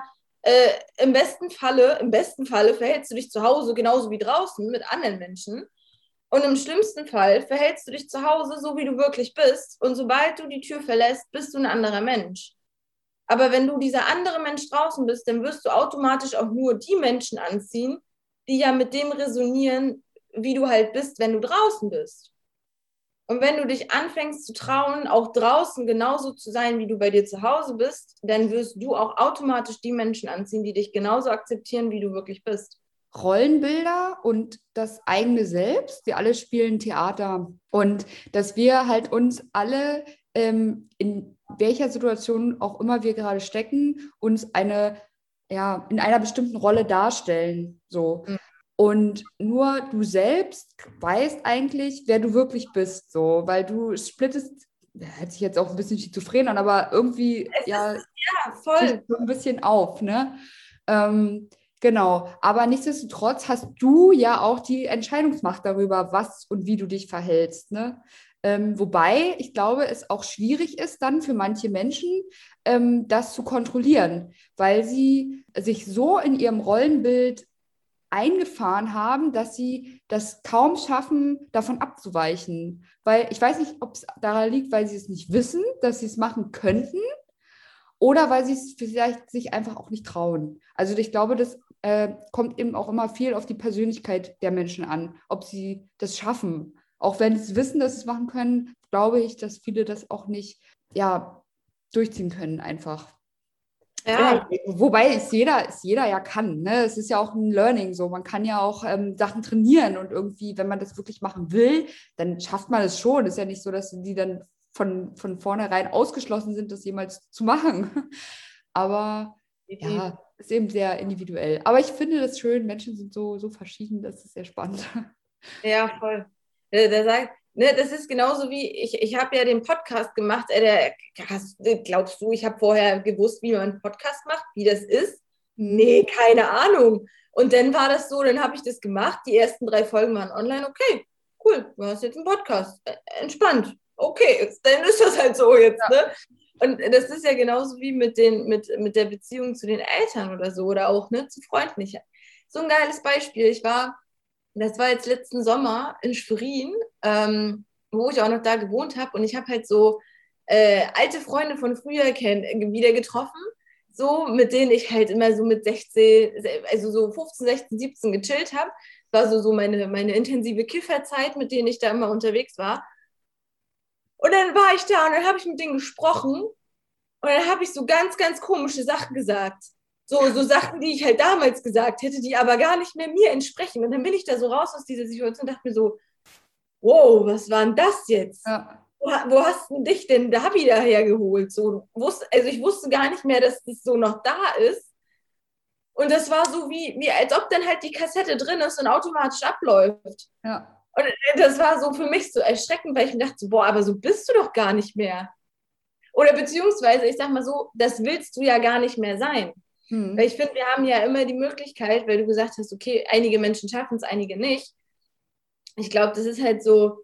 im besten Falle verhältst du dich zu Hause genauso wie draußen mit anderen Menschen. Und im schlimmsten Fall verhältst du dich zu Hause so, wie du wirklich bist. Und sobald du die Tür verlässt, bist du ein anderer Mensch. Aber wenn du dieser andere Mensch draußen bist, dann wirst du automatisch auch nur die Menschen anziehen, die ja mit dem resonieren, wie du halt bist, wenn du draußen bist. Und wenn du dich anfängst zu trauen, auch draußen genauso zu sein, wie du bei dir zu Hause bist, dann wirst du auch automatisch die Menschen anziehen, die dich genauso akzeptieren, wie du wirklich bist. Rollenbilder und das eigene Selbst. Wir alle spielen Theater und dass wir halt uns alle in welcher Situation auch immer wir gerade stecken, uns in einer bestimmten Rolle darstellen. So. Mhm. Und nur du selbst weißt eigentlich, wer du wirklich bist, so, weil du splittest, hört sich jetzt auch ein bisschen schizophren an, aber irgendwie, ja, Ja, splittest voll. so ein bisschen auf, ne? Genau, aber nichtsdestotrotz hast du ja auch die Entscheidungsmacht darüber, was und wie du dich verhältst, ne? Wobei ich glaube, es auch schwierig ist dann für manche Menschen, das zu kontrollieren, weil sie sich so in ihrem Rollenbild eingefahren haben, dass sie das kaum schaffen, davon abzuweichen. Weil ich weiß nicht, ob es daran liegt, weil sie es nicht wissen, dass sie es machen könnten, oder weil sie es vielleicht sich einfach auch nicht trauen. Also ich glaube, das kommt eben auch immer viel auf die Persönlichkeit der Menschen an, ob sie das schaffen. Auch wenn sie wissen, dass sie es machen können, glaube ich, dass viele das auch nicht, ja, durchziehen können einfach. Ja, Wobei es jeder ja kann. Ne? Es ist ja auch ein Learning so. Man kann ja auch Sachen trainieren und irgendwie, wenn man das wirklich machen will, dann schafft man es schon. Es ist ja nicht so, dass die dann von vornherein ausgeschlossen sind, das jemals zu machen. Aber ja, ist eben sehr individuell. Aber ich finde das schön. Menschen sind so verschieden, das ist sehr spannend. ja, voll. Der sagt, ne, das ist genauso wie, ich habe ja den Podcast gemacht, glaubst du, ich habe vorher gewusst, wie man einen Podcast macht, wie das ist? Hm. Nee, keine Ahnung. Und dann war das so, dann habe ich das gemacht, die ersten 3 Folgen waren online, okay, cool, du hast jetzt einen Podcast, entspannt, okay, dann ist das halt so jetzt, Ja. ne? Und das ist ja genauso wie mit der Beziehung zu den Eltern oder so, oder auch, ne, zu Freunden. So ein geiles Beispiel, das war jetzt letzten Sommer in Schwerin, wo ich auch noch da gewohnt habe. Und ich habe halt so alte Freunde von früher wieder getroffen, so mit denen ich halt immer so mit 16, also so 15, 16, 17 gechillt habe. War so meine intensive Kifferzeit, mit denen ich da immer unterwegs war. Und dann war ich da und dann habe ich mit denen gesprochen und dann habe ich so ganz, ganz komische Sachen gesagt. So Sachen, die ich halt damals gesagt hätte, die aber gar nicht mehr mir entsprechen. Und dann bin ich da so raus aus dieser Situation und dachte mir so, wow, was war denn das jetzt? Ja. Wo hast du dich denn da wieder hergeholt? So, also ich wusste gar nicht mehr, dass das so noch da ist. Und das war so wie als ob dann halt die Kassette drin ist und automatisch abläuft. Ja. Und das war so für mich so erschreckend, weil ich mir dachte, so, boah, aber so bist du doch gar nicht mehr. Oder beziehungsweise, ich sag mal so, das willst du ja gar nicht mehr sein. Weil Hm. ich finde, wir haben ja immer die Möglichkeit, weil du gesagt hast, okay, einige Menschen schaffen es, einige nicht. Ich glaube, das ist halt so,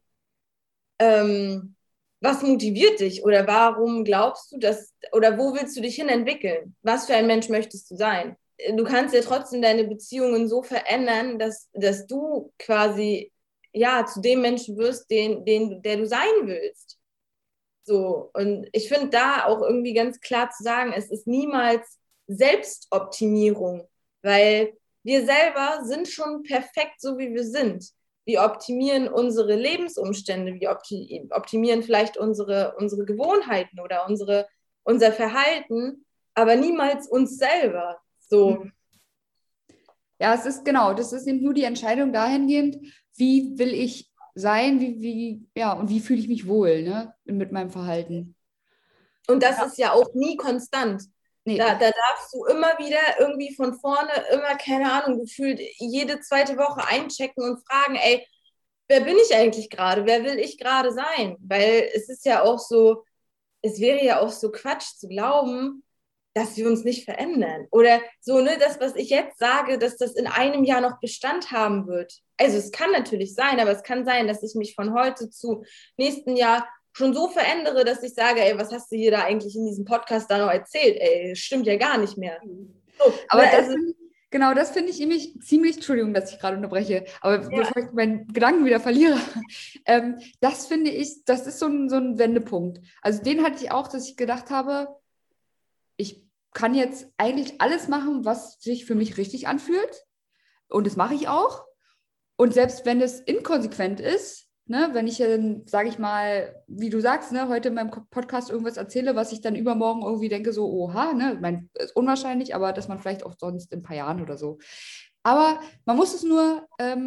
was motiviert dich oder warum glaubst du, oder wo willst du dich hin entwickeln? Was für ein Mensch möchtest du sein? Du kannst ja trotzdem deine Beziehungen so verändern, dass du quasi ja zu dem Menschen wirst, der du sein willst. So, und ich finde da auch irgendwie ganz klar zu sagen, es ist niemals Selbstoptimierung, weil wir selber sind schon perfekt, so wie wir sind. Wir optimieren unsere Lebensumstände, wir optimieren vielleicht unsere Gewohnheiten oder unser Verhalten, aber niemals uns selber. So, Hm. Ja, es ist genau, das ist eben nur die Entscheidung dahingehend, wie will ich sein, ja, und wie fühle ich mich wohl, ne, mit meinem Verhalten. und das Ja. ist ja auch nie konstant. Nee. Da darfst du immer wieder irgendwie von vorne, immer, keine Ahnung, gefühlt jede zweite Woche einchecken und fragen, ey, wer bin ich eigentlich gerade? Wer will ich gerade sein? Weil es ist ja auch so, es wäre ja auch so Quatsch zu glauben, dass wir uns nicht verändern. Oder so, ne, das, was ich jetzt sage, dass das in einem Jahr noch Bestand haben wird. Also es kann natürlich sein, aber es kann sein, dass ich mich von heute zu nächsten Jahr schon so verändere, dass ich sage, ey, was hast du hier da eigentlich in diesem Podcast da noch erzählt? Ey, das stimmt ja gar nicht mehr. So, ne, Aber also, genau, das finde ich nämlich ziemlich, Entschuldigung, dass ich gerade unterbreche, aber ja, bevor ich meinen Gedanken wieder verliere, das finde ich, das ist so ein Wendepunkt. Also den hatte ich auch, dass ich gedacht habe, ich kann jetzt eigentlich alles machen, was sich für mich richtig anfühlt. Und das mache ich auch. Und selbst wenn es inkonsequent ist, ne, wenn ich dann, sage ich mal, wie du sagst, ne, heute in meinem Podcast irgendwas erzähle, was ich dann übermorgen irgendwie denke, so, oha, ne, ist unwahrscheinlich, aber dass man vielleicht auch sonst in ein paar Jahren oder so. Aber man muss es nur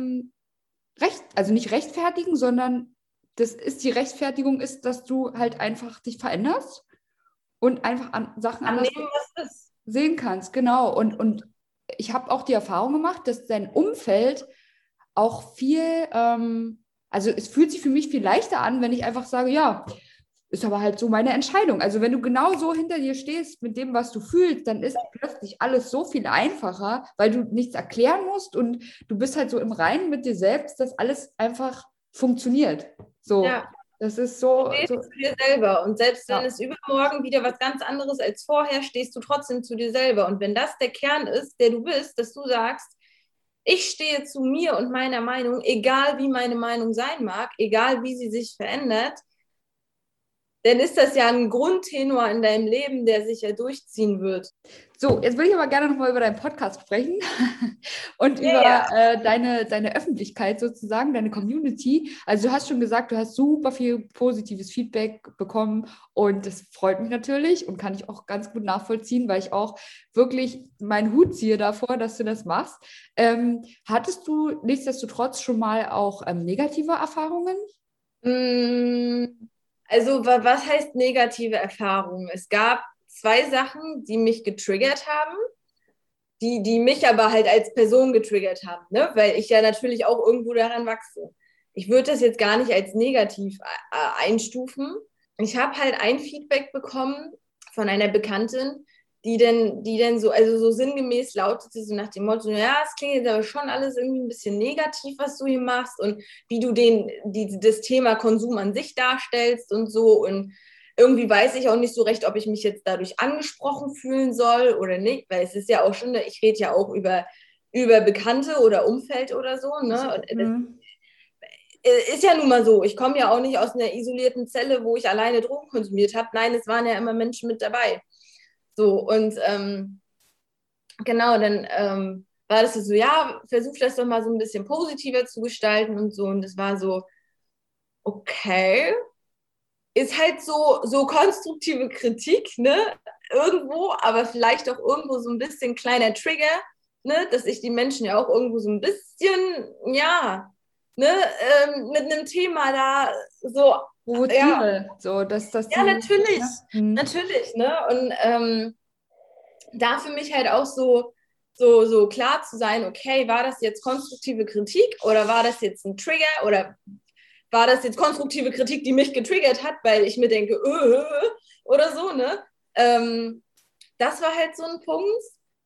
also nicht rechtfertigen, sondern die Rechtfertigung ist, dass du halt einfach dich veränderst und einfach Sachen anders annehmen, was ist. sehen kannst, genau. Und ich habe auch die Erfahrung gemacht, dass dein Umfeld auch viel, also es fühlt sich für mich viel leichter an, wenn ich einfach sage, ja, ist aber halt so meine Entscheidung. Also wenn du genau so hinter dir stehst mit dem, was du fühlst, dann ist plötzlich alles so viel einfacher, weil du nichts erklären musst und du bist halt so im Reinen mit dir selbst, dass alles einfach funktioniert. So, Ja. das ist Stehst so, zu dir selber. Und selbst wenn ja. es übermorgen wieder was ganz anderes als vorher, stehst du trotzdem zu dir selber. Und wenn das der Kern ist, der du bist, dass du sagst, ich stehe zu mir und meiner Meinung, egal wie meine Meinung sein mag, egal wie sie sich verändert, dann ist das ja ein Grundtenor in deinem Leben, der sich ja durchziehen wird. So, jetzt würde ich aber gerne nochmal über deinen Podcast sprechen und Ja, über ja. deine Öffentlichkeit sozusagen, deine Community. Also du hast schon gesagt, du hast super viel positives Feedback bekommen und das freut mich natürlich und kann ich auch ganz gut nachvollziehen, weil ich auch wirklich meinen Hut ziehe davor, dass du das machst. Hattest du nichtsdestotrotz schon mal auch negative Erfahrungen? Also, was heißt negative Erfahrungen? Es gab zwei Sachen, die mich getriggert haben, die mich aber halt als Person getriggert haben, ne? Weil ich ja natürlich auch irgendwo daran wachse. Ich würde das jetzt gar nicht als negativ einstufen. Ich habe halt ein Feedback bekommen von einer Bekanntin, die denn so, also so sinngemäß lautete, so nach dem Motto, ja, es klingt jetzt aber schon alles irgendwie ein bisschen negativ, was du hier machst und wie du das Thema Konsum an sich darstellst und so. Und irgendwie weiß ich auch nicht so recht, ob ich mich jetzt dadurch angesprochen fühlen soll oder nicht, weil es ist ja auch schon, ich rede ja auch über Bekannte oder Umfeld oder so, ne? Und das Mhm. ist ja nun mal so. Ich komme ja auch nicht aus einer isolierten Zelle, wo ich alleine Drogen konsumiert habe. Nein, es waren ja immer Menschen mit dabei. So, und genau, dann war das so, ja, versuch das doch mal so ein bisschen positiver zu gestalten und so. Und das war so, okay, ist halt so konstruktive Kritik, ne? Irgendwo, aber vielleicht auch irgendwo so ein bisschen kleiner Trigger, ne? Dass ich die Menschen ja auch irgendwo so ein bisschen, ja, ne, mit einem Thema da so, ja, Provoziere, so, dass ja, die, natürlich, ja. Mhm. natürlich, ne? Und da für mich halt auch so klar zu sein, okay, war das jetzt konstruktive Kritik oder war das jetzt ein Trigger oder war das jetzt konstruktive Kritik, die mich getriggert hat, weil ich mir denke, oder so, ne? Das war halt so ein Punkt.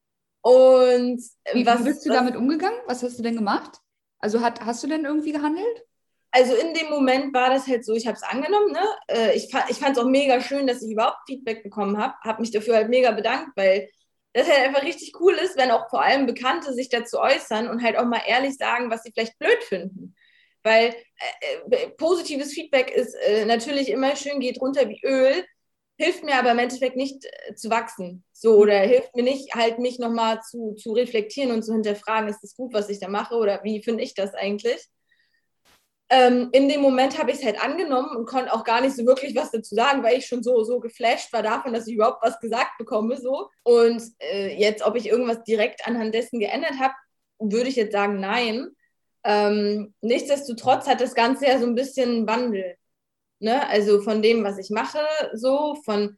Und Wie bist du damit umgegangen? Was hast du denn gemacht? Also hast du denn irgendwie gehandelt? also in dem Moment war das halt so, ich habe es angenommen, ne? Ich fand es auch mega schön, dass ich überhaupt Feedback bekommen habe mich dafür halt mega bedankt, weil das halt einfach richtig cool ist, wenn auch vor allem Bekannte sich dazu äußern und halt auch mal ehrlich sagen, was sie vielleicht blöd finden. Weil positives Feedback ist natürlich immer schön, geht runter wie Öl, hilft mir aber im Endeffekt nicht zu wachsen. So, oder hilft mir nicht, halt mich nochmal zu reflektieren und zu hinterfragen, ist das gut, was ich da mache oder wie finde ich das eigentlich? In dem Moment habe ich es halt angenommen und konnte auch gar nicht so wirklich was dazu sagen, weil ich schon so geflasht war davon, dass ich überhaupt was gesagt bekomme. So. Und jetzt, ob ich irgendwas direkt anhand dessen geändert habe, würde ich jetzt sagen, nein. Nichtsdestotrotz hat das Ganze ja so ein bisschen Wandel. Ne? Also von dem, was ich mache, so,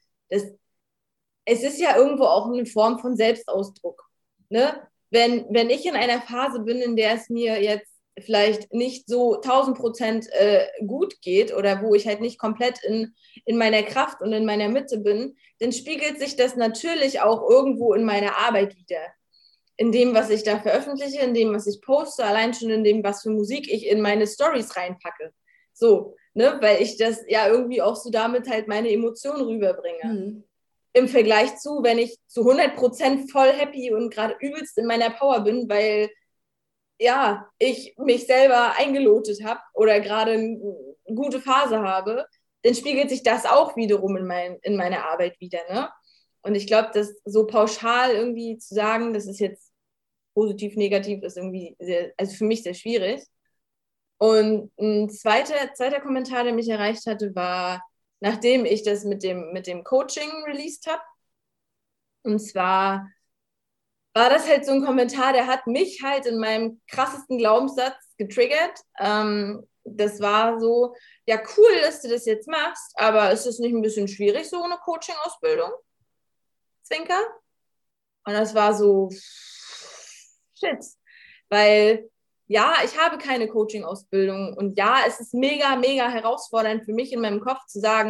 es ist ja irgendwo auch eine Form von Selbstausdruck. Ne? Wenn ich in einer Phase bin, in der es mir jetzt vielleicht nicht so 1000% gut geht oder wo ich halt nicht komplett in meiner Kraft und in meiner Mitte bin, dann spiegelt sich das natürlich auch irgendwo in meiner Arbeit wieder. In dem, was ich da veröffentliche, in dem, was ich poste, allein schon in dem, was für Musik ich in meine Stories reinpacke. So, ne, weil ich das ja irgendwie auch so damit halt meine Emotionen rüberbringe Hm. im Vergleich zu, wenn ich zu 100% voll happy und gerade übelst in meiner Power bin, weil ja, ich mich selber eingelotet habe oder gerade eine gute Phase habe, dann spiegelt sich das auch wiederum in meiner Arbeit wieder. Ne? Und ich glaube, dass so pauschal irgendwie zu sagen, das ist jetzt positiv, negativ, ist irgendwie sehr, also für mich sehr schwierig. Und ein zweiter Kommentar, der mich erreicht hatte, war, nachdem ich das mit dem Coaching released habe. Und zwar war das halt so ein Kommentar, der hat mich halt in meinem krassesten Glaubenssatz getriggert. Das war so, ja, cool, dass du das jetzt machst, aber ist das nicht ein bisschen schwierig, so eine Coaching-Ausbildung? Zwinker. Und das war so, shit. Weil, ja, ich habe keine Coaching-Ausbildung und ja, es ist mega, mega herausfordernd für mich in meinem Kopf zu sagen,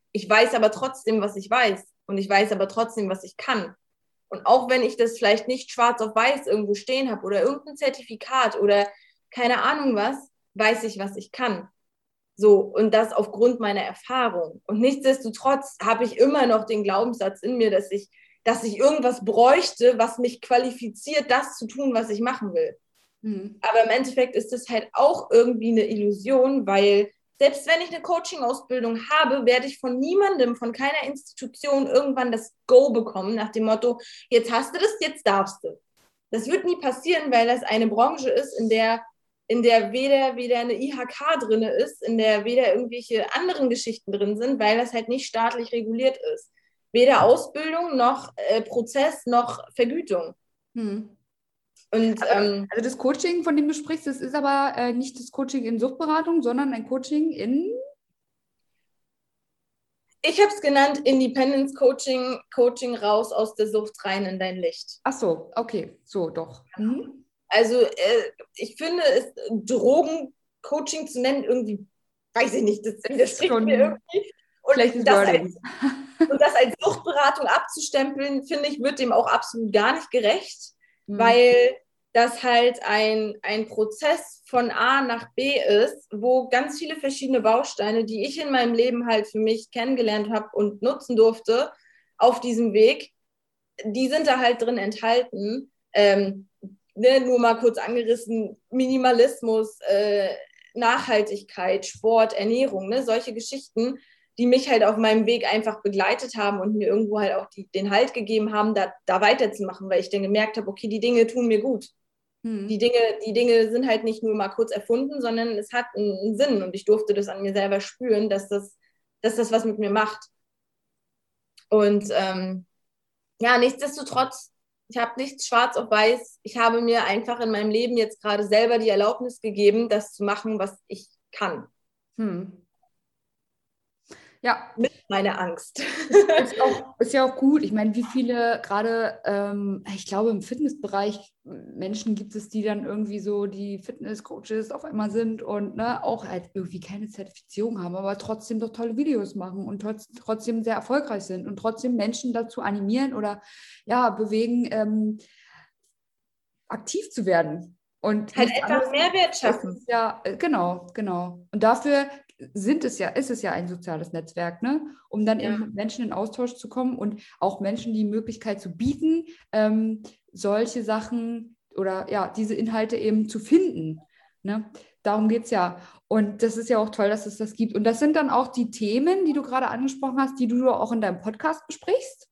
Ich weiß aber trotzdem, was ich weiß. Und ich weiß aber trotzdem, was ich kann. Und auch wenn ich das vielleicht nicht schwarz auf weiß irgendwo stehen habe oder irgendein Zertifikat oder keine Ahnung was, weiß ich, was ich kann. So, und das aufgrund meiner Erfahrung. Und nichtsdestotrotz habe ich immer noch den Glaubenssatz in mir, dass ich irgendwas bräuchte, was mich qualifiziert, das zu tun, was ich machen will. Aber im Endeffekt ist das halt auch irgendwie eine Illusion, weil selbst wenn ich eine Coaching-Ausbildung habe, werde ich von niemandem, von keiner Institution irgendwann das Go bekommen, nach dem Motto, jetzt hast du das, jetzt darfst du. Das wird nie passieren, weil das eine Branche ist, in der weder eine IHK drin ist, in der weder irgendwelche anderen Geschichten drin sind, weil das halt nicht staatlich reguliert ist. Weder Ausbildung noch Prozess noch Vergütung. Und, also das Coaching, von dem du sprichst, das ist aber nicht das Coaching in Suchtberatung, sondern ein Coaching in... Ich habe es genannt, Independence Coaching, Coaching raus aus der Sucht rein in dein Licht. Ach so, okay, so doch. Also ich finde es, Drogencoaching zu nennen, irgendwie, weiß ich nicht, das widerspricht mir irgendwie. Und das als Suchtberatung abzustempeln, finde ich, wird dem auch absolut gar nicht gerecht, weil das halt ein Prozess von A nach B ist, wo ganz viele verschiedene Bausteine, die ich in meinem Leben halt für mich kennengelernt habe und nutzen durfte auf diesem Weg, die sind da halt drin enthalten. Nur mal kurz angerissen, Minimalismus, Nachhaltigkeit, Sport, Ernährung, ne? Solche Geschichten, die mich halt auf meinem Weg einfach begleitet haben und mir irgendwo halt auch den Halt gegeben haben, da weiterzumachen, weil ich dann gemerkt habe, okay, die Dinge tun mir gut. Die Dinge sind halt nicht nur mal kurz erfunden, sondern es hat einen Sinn und ich durfte das an mir selber spüren, dass das was mit mir macht. Und ja, nichtsdestotrotz, ich habe nichts schwarz auf weiß. Ich habe mir einfach in meinem Leben jetzt gerade selber die Erlaubnis gegeben, das zu machen, was ich kann. Ja. Mit meiner Angst. Ist ja auch gut. Ich meine, wie viele gerade, ich glaube, im Fitnessbereich Menschen gibt es, die dann irgendwie so die Fitnesscoaches auf einmal sind und ne, auch halt irgendwie keine Zertifizierung haben, aber trotzdem doch tolle Videos machen und trotzdem sehr erfolgreich sind und trotzdem Menschen dazu animieren oder ja, bewegen, aktiv zu werden. Und halt einfach Mehrwert schaffen. Ja, genau. Und dafür ist es ja ein soziales Netzwerk, ne? Um dann eben mit Menschen in Austausch zu kommen und auch Menschen die Möglichkeit zu bieten, solche Sachen oder ja, diese Inhalte eben zu finden. Ne? Darum geht es ja. Und das ist ja auch toll, dass es das gibt. Und das sind dann auch die Themen, die du gerade angesprochen hast, die du auch in deinem Podcast besprichst?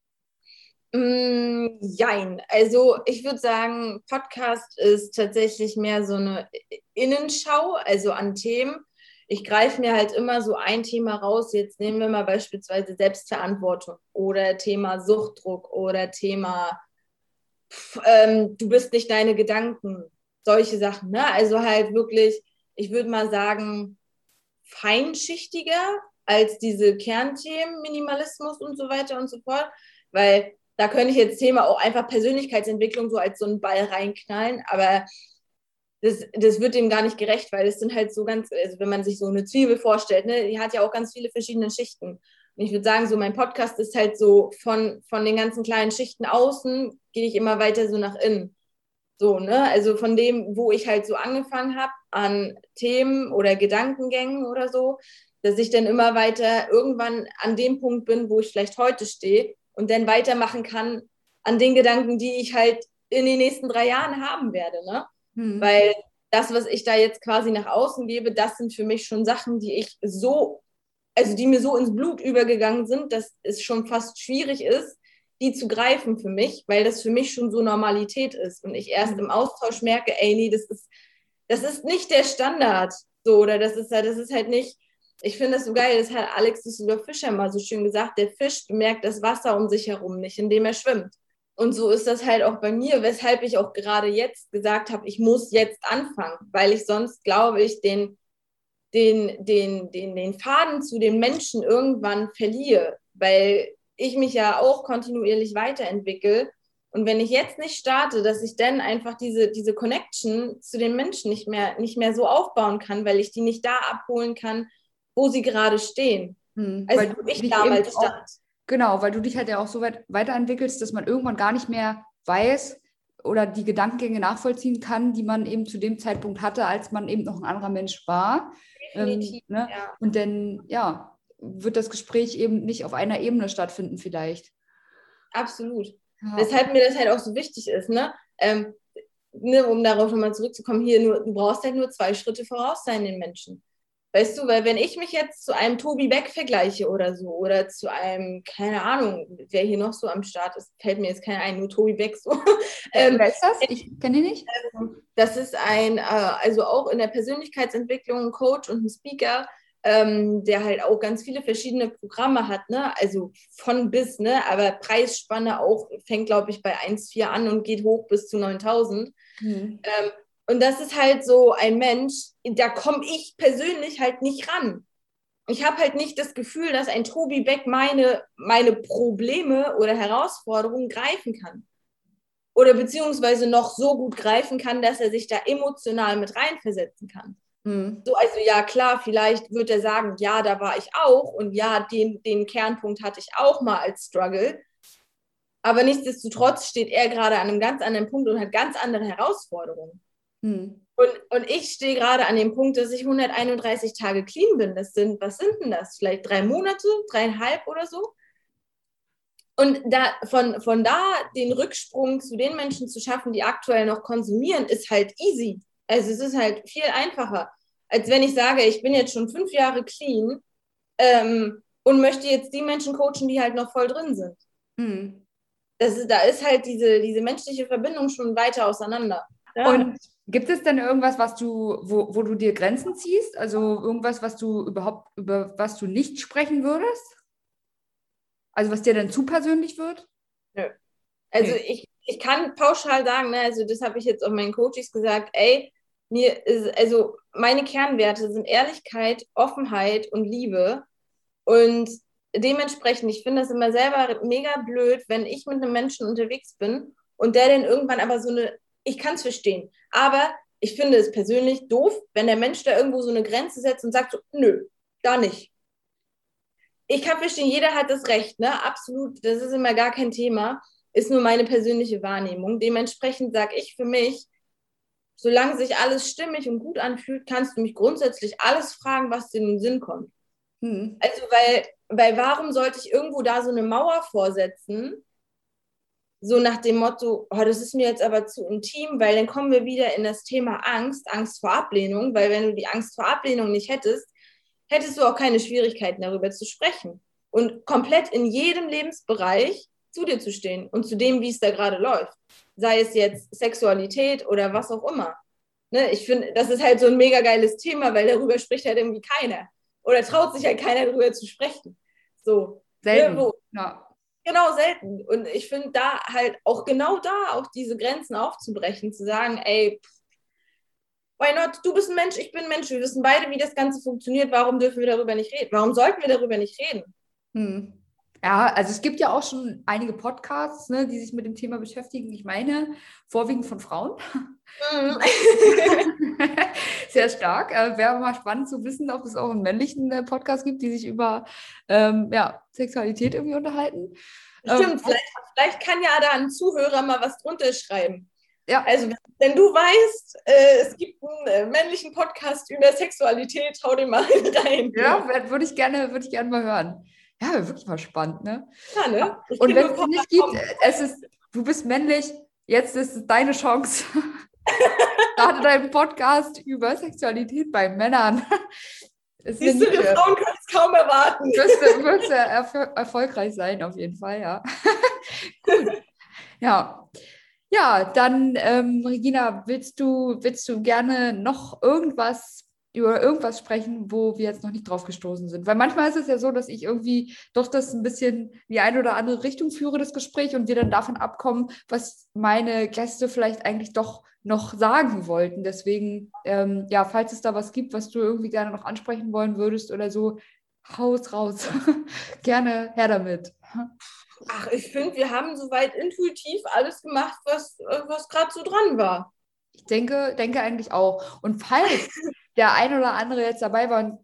Jein. Also ich würde sagen, Podcast ist tatsächlich mehr so eine Innenschau, also an Themen. Ich greife mir halt immer so ein Thema raus. Jetzt nehmen wir mal beispielsweise Selbstverantwortung oder Thema Suchtdruck oder Thema du bist nicht deine Gedanken. Solche Sachen. Ne? Also halt wirklich, ich würde mal sagen, feinschichtiger als diese Kernthemen, Minimalismus und so weiter und so fort. Weil da könnte ich jetzt Thema auch einfach Persönlichkeitsentwicklung so als so einen Ball reinknallen, aber das wird dem gar nicht gerecht, weil es sind halt so ganz, also wenn man sich so eine Zwiebel vorstellt, ne, die hat ja auch ganz viele verschiedene Schichten. Und ich würde sagen, so mein Podcast ist halt so von den ganzen kleinen Schichten außen, gehe ich immer weiter so nach innen. So, ne, also von dem, wo ich halt so angefangen habe an Themen oder Gedankengängen oder so, dass ich dann immer weiter irgendwann an dem Punkt bin, wo ich vielleicht heute stehe und dann weitermachen kann an den Gedanken, die ich halt in den nächsten 3 Jahren haben werde, ne? Weil das, was ich da jetzt quasi nach außen gebe, das sind für mich schon Sachen, die mir so ins Blut übergegangen sind, dass es schon fast schwierig ist, die zu greifen für mich, weil das für mich schon so Normalität ist und ich erst im Austausch merke, ey, nee, das ist nicht der Standard, so, oder das ist halt nicht. Ich finde das so geil, das hat Alex Düsseldorf Fischer mal so schön gesagt, der Fisch bemerkt das Wasser um sich herum nicht, indem er schwimmt. Und so ist das halt auch bei mir, weshalb ich auch gerade jetzt gesagt habe, ich muss jetzt anfangen, weil ich sonst, glaube ich, den Faden zu den Menschen irgendwann verliere, weil ich mich ja auch kontinuierlich weiterentwickle. Und wenn ich jetzt nicht starte, dass ich dann einfach diese Connection zu den Menschen nicht mehr so aufbauen kann, weil ich die nicht da abholen kann, wo sie gerade stehen. Also Weil du wo ich dich damals eben auch, stand. genau, weil du dich halt ja auch so weit weiterentwickelst, dass man irgendwann gar nicht mehr weiß oder die Gedankengänge nachvollziehen kann, die man eben zu dem Zeitpunkt hatte, als man eben noch ein anderer Mensch war. Definitiv, Ne? ja. Und dann, ja, wird das Gespräch eben nicht auf einer Ebene stattfinden vielleicht. Absolut. Ja. Weshalb mir das halt auch so wichtig ist, ne? Um darauf nochmal zurückzukommen, du brauchst halt nur 2 Schritte voraus sein den Menschen. Weißt du, weil wenn ich mich jetzt zu einem Tobi Beck vergleiche oder so, oder zu einem, keine Ahnung, wer hier noch so am Start ist, fällt mir jetzt keiner ein, nur Tobi Beck so. Wer ist das? Ich kenne ihn nicht. Das ist also auch in der Persönlichkeitsentwicklung ein Coach und ein Speaker, der halt auch ganz viele verschiedene Programme hat, ne? Also von bis, ne? Aber Preisspanne auch fängt, glaube ich, bei 1,4 an und geht hoch bis zu 9.000. Hm. Und das ist halt so ein Mensch, da komme ich persönlich halt nicht ran. Ich habe halt nicht das Gefühl, dass ein Tobi Beck meine Probleme oder Herausforderungen greifen kann. Oder beziehungsweise noch so gut greifen kann, dass er sich da emotional mit reinversetzen kann. Hm. So, also ja, klar, vielleicht wird er sagen, ja, da war ich auch und ja, den Kernpunkt hatte ich auch mal als Struggle. Aber nichtsdestotrotz steht er gerade an einem ganz anderen Punkt und hat ganz andere Herausforderungen. Hm. Und ich stehe gerade an dem Punkt, dass ich 131 Tage clean bin. Was sind denn das? Vielleicht 3 Monate, 3,5 oder so? Und von da den Rücksprung zu den Menschen zu schaffen, die aktuell noch konsumieren, ist halt easy. Also es ist halt viel einfacher, als wenn ich sage, ich bin jetzt schon 5 Jahre clean und möchte jetzt die Menschen coachen, die halt noch voll drin sind. Hm. Da ist halt diese menschliche Verbindung schon weiter auseinander. Ja. Und gibt es denn irgendwas, wo du dir Grenzen ziehst? Also irgendwas, über was du nicht sprechen würdest? Also was dir dann zu persönlich wird? Nö. Also Nee. ich kann pauschal sagen, ne, also das habe ich jetzt auch meinen Coaches gesagt, ey, also meine Kernwerte sind Ehrlichkeit, Offenheit und Liebe. Und dementsprechend, ich finde das immer selber mega blöd, wenn ich mit einem Menschen unterwegs bin und der dann irgendwann aber ich kann es verstehen, aber ich finde es persönlich doof, wenn der Mensch da irgendwo so eine Grenze setzt und sagt so, nö, da nicht. Ich kann verstehen, jeder hat das Recht, ne? Absolut, das ist immer gar kein Thema, ist nur meine persönliche Wahrnehmung. Dementsprechend sage ich für mich, solange sich alles stimmig und gut anfühlt, kannst du mich grundsätzlich alles fragen, was dir in den Sinn kommt. Hm. Also, weil warum sollte ich irgendwo da so eine Mauer vorsetzen, so nach dem Motto, oh, das ist mir jetzt aber zu intim, weil dann kommen wir wieder in das Thema Angst, Angst vor Ablehnung, weil wenn du die Angst vor Ablehnung nicht hättest, hättest du auch keine Schwierigkeiten darüber zu sprechen und komplett in jedem Lebensbereich zu dir zu stehen und zu dem, wie es da gerade läuft. Sei es jetzt Sexualität oder was auch immer. Ne? Ich finde, das ist halt so ein mega geiles Thema, weil darüber spricht halt irgendwie keiner. Oder traut sich halt keiner darüber zu sprechen. So, ne, Selten. Ja. genau, selten. Und ich finde da halt auch genau da auch diese Grenzen aufzubrechen, zu sagen, ey, why not? Du bist ein Mensch, ich bin ein Mensch. Wir wissen beide, wie das Ganze funktioniert. Warum dürfen wir darüber nicht reden? Warum sollten wir darüber nicht reden? Hm. Ja, also es gibt ja auch schon einige Podcasts, ne, die sich mit dem Thema beschäftigen. Ich meine, vorwiegend von Frauen. Mhm. Sehr stark. Wäre mal spannend zu wissen, ob es auch einen männlichen Podcast gibt, die sich über ja, Sexualität irgendwie unterhalten. Stimmt, vielleicht kann ja da ein Zuhörer mal was drunter schreiben. Ja. Also, wenn du weißt, es gibt einen männlichen Podcast über Sexualität, hau den mal rein. Ja, würde ich gerne mal hören. Ja, wäre wirklich mal spannend, ne? Ja, ne? Ich Und kenne wenn nur es ihn nicht gibt, du bist männlich, jetzt ist es deine Chance. Starte deinen Podcast über Sexualität bei Männern. Ist Siehst du, wir Frauen können es kaum erwarten. Wirst du erfolgreich sein, auf jeden Fall, ja. Gut. Ja. Ja, dann, Regina, willst du gerne noch über irgendwas sprechen, wo wir jetzt noch nicht drauf gestoßen sind? Weil manchmal ist es ja so, dass ich irgendwie doch das ein bisschen in die eine oder andere Richtung führe, das Gespräch, und wir dann davon abkommen, was meine Gäste vielleicht eigentlich doch noch sagen wollten. Deswegen, ja, falls es da was gibt, was du irgendwie gerne noch ansprechen wollen würdest oder so, haus raus. Gerne her damit. Ach, ich finde, wir haben soweit intuitiv alles gemacht, was gerade so dran war. Ich denke eigentlich auch. Und falls der ein oder andere jetzt dabei war und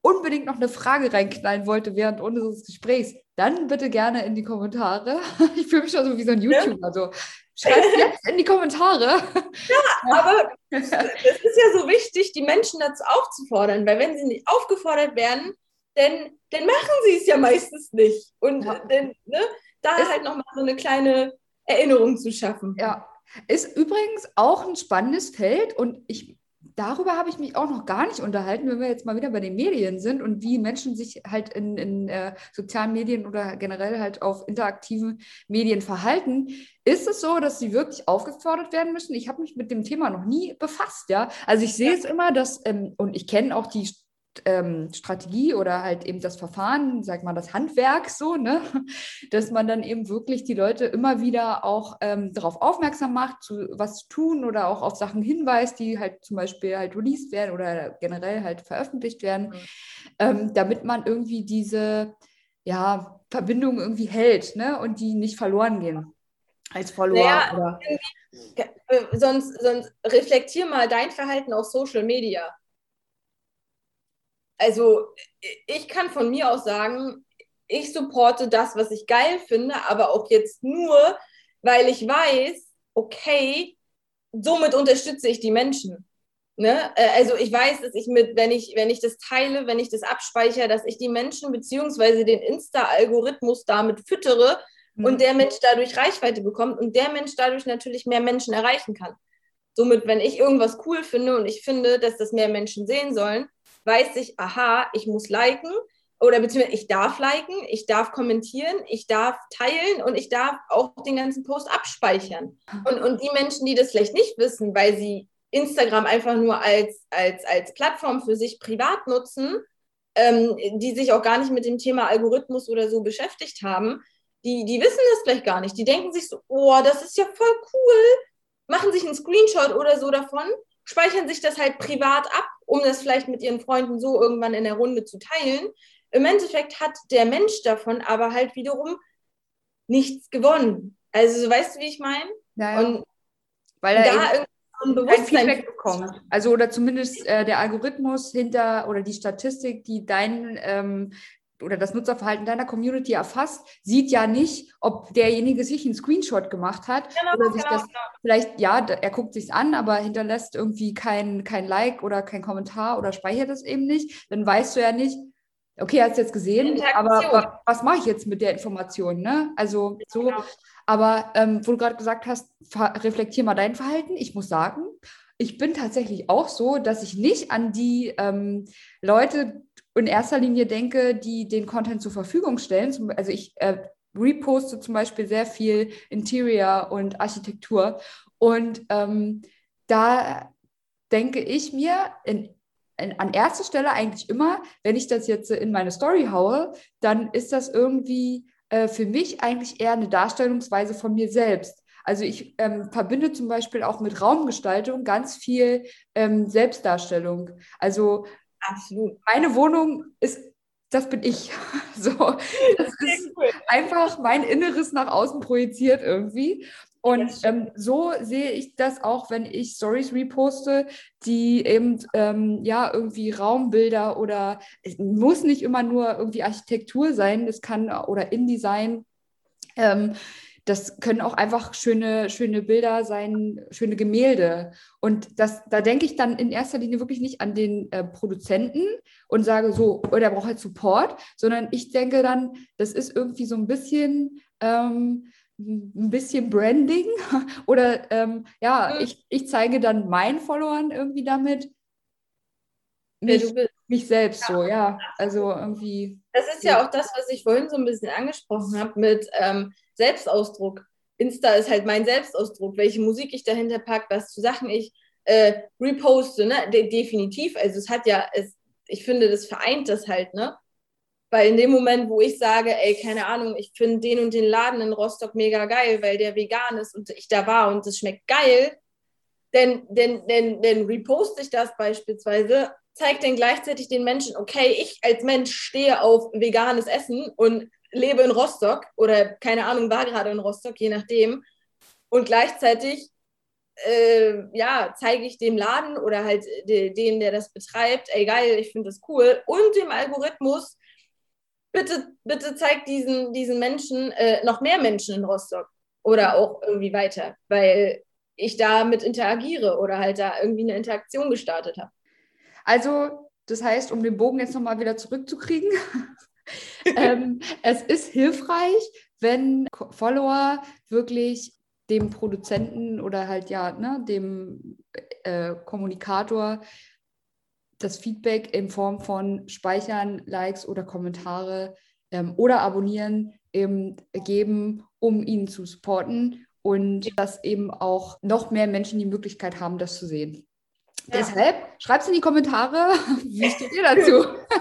unbedingt noch eine Frage reinknallen wollte während unseres Gesprächs, dann bitte gerne in die Kommentare. Ich fühle mich schon so wie so ein YouTuber. So. Schreibt jetzt in die Kommentare. Aber es ist ja so wichtig, die Menschen dazu aufzufordern, weil wenn sie nicht aufgefordert werden, dann machen sie es ja meistens nicht. Und dann, ne, da halt nochmal so eine kleine Erinnerung zu schaffen. Ja, ist übrigens auch ein spannendes Feld und darüber habe ich mich auch noch gar nicht unterhalten, wenn wir jetzt mal wieder bei den Medien sind und wie Menschen sich halt in sozialen Medien oder generell halt auf interaktiven Medien verhalten. Ist es so, dass sie wirklich aufgefordert werden müssen? Ich habe mich mit dem Thema noch nie befasst, ja. Also ich sehe es immer, dass, und ich kenne auch die Strategie oder halt eben das Verfahren, sag mal das Handwerk so, ne, dass man dann eben wirklich die Leute immer wieder auch darauf aufmerksam macht, was zu tun oder auch auf Sachen hinweist, die halt zum Beispiel halt released werden oder generell halt veröffentlicht werden, damit man irgendwie diese Verbindung irgendwie hält, ne, und die nicht verloren gehen als Follower. Oder sonst reflektier mal dein Verhalten auf Social Media. Also ich kann von mir aus sagen, ich supporte das, was ich geil finde, aber auch jetzt nur, weil ich weiß, okay, somit unterstütze ich die Menschen. Ne? Also ich weiß, dass wenn ich das teile, wenn ich das abspeichere, dass ich die Menschen beziehungsweise den Insta-Algorithmus damit füttere und der Mensch dadurch Reichweite bekommt und der Mensch dadurch natürlich mehr Menschen erreichen kann. Somit, wenn ich irgendwas cool finde und ich finde, dass das mehr Menschen sehen sollen, weiß ich, aha, ich muss liken oder beziehungsweise ich darf liken, ich darf kommentieren, ich darf teilen und ich darf auch den ganzen Post abspeichern. Und die Menschen, die das vielleicht nicht wissen, weil sie Instagram einfach nur als Plattform für sich privat nutzen, die sich auch gar nicht mit dem Thema Algorithmus oder so beschäftigt haben, die wissen das vielleicht gar nicht. Die denken sich so, oh, das ist ja voll cool, machen sich einen Screenshot oder so davon, speichern sich das halt privat ab, um das vielleicht mit ihren Freunden so irgendwann in der Runde zu teilen. Im Endeffekt hat der Mensch davon aber halt wiederum nichts gewonnen. Also weißt du, wie ich meine? Ja. Und weil er da eben so ein Bewusstsein Feedback bekommt. Also oder zumindest der Algorithmus hinter oder die Statistik, die oder das Nutzerverhalten deiner Community erfasst, sieht ja nicht, ob derjenige sich einen Screenshot gemacht hat oder sich das vielleicht, er guckt sich's an, aber hinterlässt irgendwie kein Like oder kein Kommentar oder speichert es eben nicht. Dann weißt du ja nicht, okay, hast du jetzt gesehen, aber was mache ich jetzt mit der Information, ne? Also so, genau. Aber wo du gerade gesagt hast, reflektier mal dein Verhalten. Ich muss sagen, ich bin tatsächlich auch so, dass ich nicht an die Leute in erster Linie denke, die den Content zur Verfügung stellen. Also ich reposte zum Beispiel sehr viel Interior und Architektur. Und da denke ich mir an erster Stelle eigentlich immer, wenn ich das jetzt in meine Story haue, dann ist das irgendwie für mich eigentlich eher eine Darstellungsweise von mir selbst. Also ich verbinde zum Beispiel auch mit Raumgestaltung ganz viel Selbstdarstellung. Also absolut. Meine Wohnung das bin ich. So, das ist einfach mein Inneres nach außen projiziert irgendwie. Und so sehe ich das auch, wenn ich Stories reposte, die eben irgendwie Raumbilder oder es muss nicht immer nur irgendwie Architektur sein, es kann oder InDesign. Das können auch einfach schöne Bilder sein, schöne Gemälde. Und da denke ich dann in erster Linie wirklich nicht an den Produzenten und sage so, oh, der braucht halt Support, sondern ich denke dann, das ist irgendwie so ein bisschen Branding oder ich zeige dann meinen Followern irgendwie damit mich selbst so, ja. Also irgendwie. Das ist ja auch das, was ich vorhin so ein bisschen angesprochen habe mit Selbstausdruck. Insta ist halt mein Selbstausdruck, welche Musik ich dahinter packe, was zu Sachen ich reposte, ne? Definitiv. Also ich finde, das vereint das halt, ne? Weil in dem Moment, wo ich sage, ey, keine Ahnung, ich finde den und den Laden in Rostock mega geil, weil der vegan ist und ich da war und es schmeckt geil, dann reposte ich das beispielsweise, zeige dann gleichzeitig den Menschen, okay, ich als Mensch stehe auf veganes Essen und lebe in Rostock oder keine Ahnung, war gerade in Rostock, je nachdem. Und gleichzeitig ja, zeige ich dem Laden oder halt dem, der das betreibt, ey geil, ich finde das cool. Und dem Algorithmus, bitte zeigt diesen Menschen noch mehr Menschen in Rostock oder auch irgendwie weiter, weil ich damit interagiere oder halt da irgendwie eine Interaktion gestartet habe. Also, das heißt, um den Bogen jetzt nochmal wieder zurückzukriegen, es ist hilfreich, wenn Follower wirklich dem Produzenten oder halt ja, ne, dem Kommunikator das Feedback in Form von Speichern, Likes oder Kommentare oder Abonnieren geben, um ihn zu supporten und dass eben auch noch mehr Menschen die Möglichkeit haben, das zu sehen. Ja. Deshalb schreibt es in die Kommentare, wie steht ihr dazu?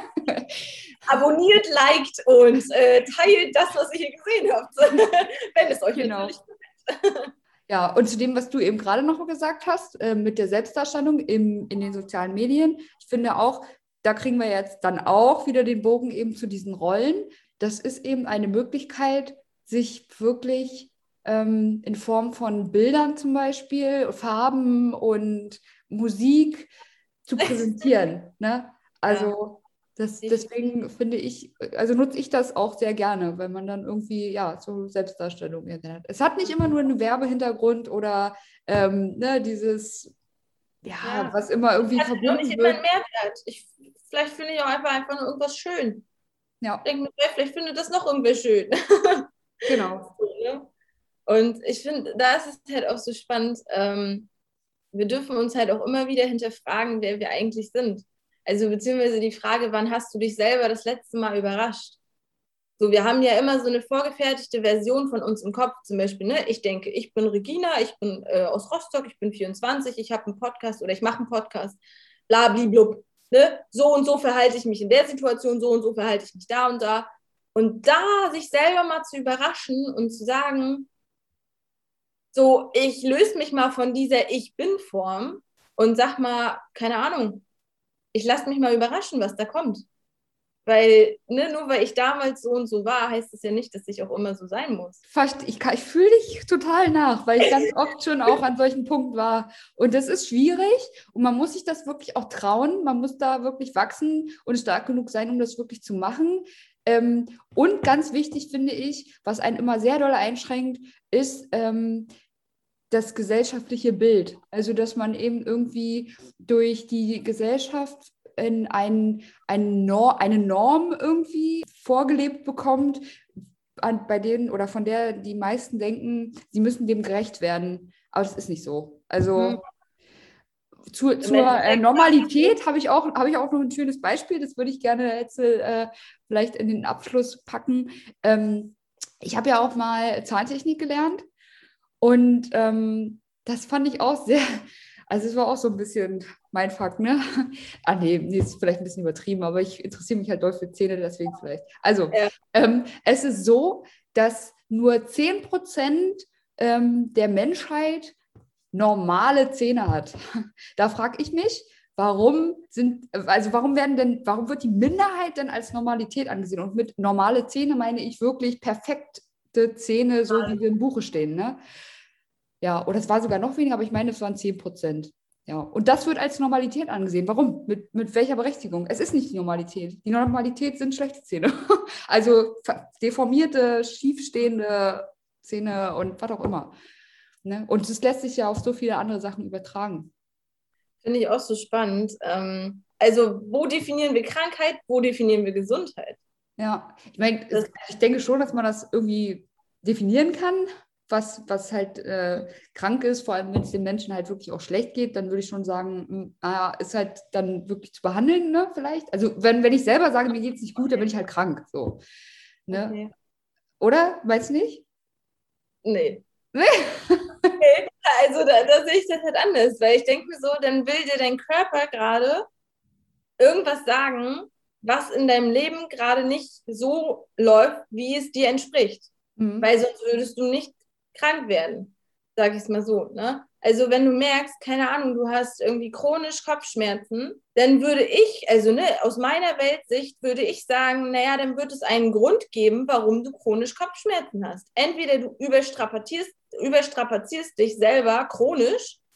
Abonniert, liked und teilt das, was ihr hier gesehen habt, wenn es euch natürlich gefällt. Ja, und zu dem, was du eben gerade noch gesagt hast, mit der Selbstdarstellung in den sozialen Medien, ich finde auch, da kriegen wir jetzt dann auch wieder den Bogen eben zu diesen Rollen. Das ist eben eine Möglichkeit, sich wirklich in Form von Bildern zum Beispiel, Farben und Musik zu präsentieren. Ne? Also deswegen finde ich, also nutze ich das auch sehr gerne, weil man dann irgendwie, ja, so Selbstdarstellung erinnert. Es hat nicht immer nur einen Werbehintergrund oder ne, dieses, ja, was immer irgendwie verbunden wird. Nicht immer einen Mehrwert. Vielleicht finde ich auch einfach nur irgendwas schön. Ja. Ich denke mir, vielleicht findet das noch irgendwer schön. Genau. So, ne? Und ich finde, da ist es halt auch so spannend, wir dürfen uns halt auch immer wieder hinterfragen, wer wir eigentlich sind. Also beziehungsweise die Frage, wann hast du dich selber das letzte Mal überrascht? So, wir haben ja immer so eine vorgefertigte Version von uns im Kopf, zum Beispiel, ne? Ich denke, ich bin Regina, ich bin aus Rostock, ich bin 24, ich habe einen Podcast oder ich mache einen Podcast, blablablub. Ne? So und so verhalte ich mich in der Situation, so und so verhalte ich mich da und da. Und da sich selber mal zu überraschen und zu sagen, so, ich löse mich mal von dieser Ich-Bin-Form und sag mal, keine Ahnung, ich lasse mich mal überraschen, was da kommt. Weil, ne, nur weil ich damals so und so war, heißt es ja nicht, dass ich auch immer so sein muss. Ich fühle dich total nach, weil ich ganz oft schon auch an solchen Punkten war. Und das ist schwierig und man muss sich das wirklich auch trauen. Man muss da wirklich wachsen und stark genug sein, um das wirklich zu machen. Und ganz wichtig finde ich, was einen immer sehr doll einschränkt, ist das gesellschaftliche Bild. Also, dass man eben irgendwie durch die Gesellschaft in eine Norm irgendwie vorgelebt bekommt, bei denen oder von der die meisten denken, sie müssen dem gerecht werden. Aber das ist nicht so. Also zur Normalität habe ich auch noch ein schönes Beispiel, das würde ich gerne jetzt vielleicht in den Abschluss packen. Ich habe ja auch mal Zahntechnik gelernt und das fand ich auch sehr, also es war auch so ein bisschen mein Fakt, ne? Nee, ist vielleicht ein bisschen übertrieben, aber ich interessiere mich halt doll für Zähne, deswegen vielleicht. Also, es ist so, dass nur 10% der Menschheit normale Zähne hat. Da frage ich mich, warum wird die Minderheit denn als Normalität angesehen? Und mit normale Zähne meine ich wirklich perfekte Zähne, so wie wir im Buche stehen, ne? Ja, oder es war sogar noch weniger, aber ich meine, es waren 10%. Ja, und das wird als Normalität angesehen. Warum? Mit welcher Berechtigung? Es ist nicht die Normalität. Die Normalität sind schlechte Zähne. Also deformierte, schiefstehende Zähne und was auch immer. Ne? Und das lässt sich ja auf so viele andere Sachen übertragen. Finde ich auch so spannend. Also, wo definieren wir Krankheit, wo definieren wir Gesundheit? Ja, ich meine, ich denke schon, dass man das irgendwie definieren kann, was halt krank ist, vor allem wenn es den Menschen halt wirklich auch schlecht geht, dann würde ich schon sagen, ist halt dann wirklich zu behandeln, ne, vielleicht. Also wenn ich selber sage, mir geht es nicht gut, dann bin ich halt krank, so. Ne? Okay. Oder? Meinst du nicht? Nee. Okay. Also da sehe ich das halt anders, weil ich denke mir so, dann will dir dein Körper gerade irgendwas sagen, was in deinem Leben gerade nicht so läuft, wie es dir entspricht. Weil sonst würdest du nicht krank werden, sage ich es mal so. Ne? Also wenn du merkst, keine Ahnung, du hast irgendwie chronisch Kopfschmerzen, dann würde ich, also ne, aus meiner Weltsicht würde ich sagen, naja, dann wird es einen Grund geben, warum du chronisch Kopfschmerzen hast. Entweder du überstrapazierst dich selber chronisch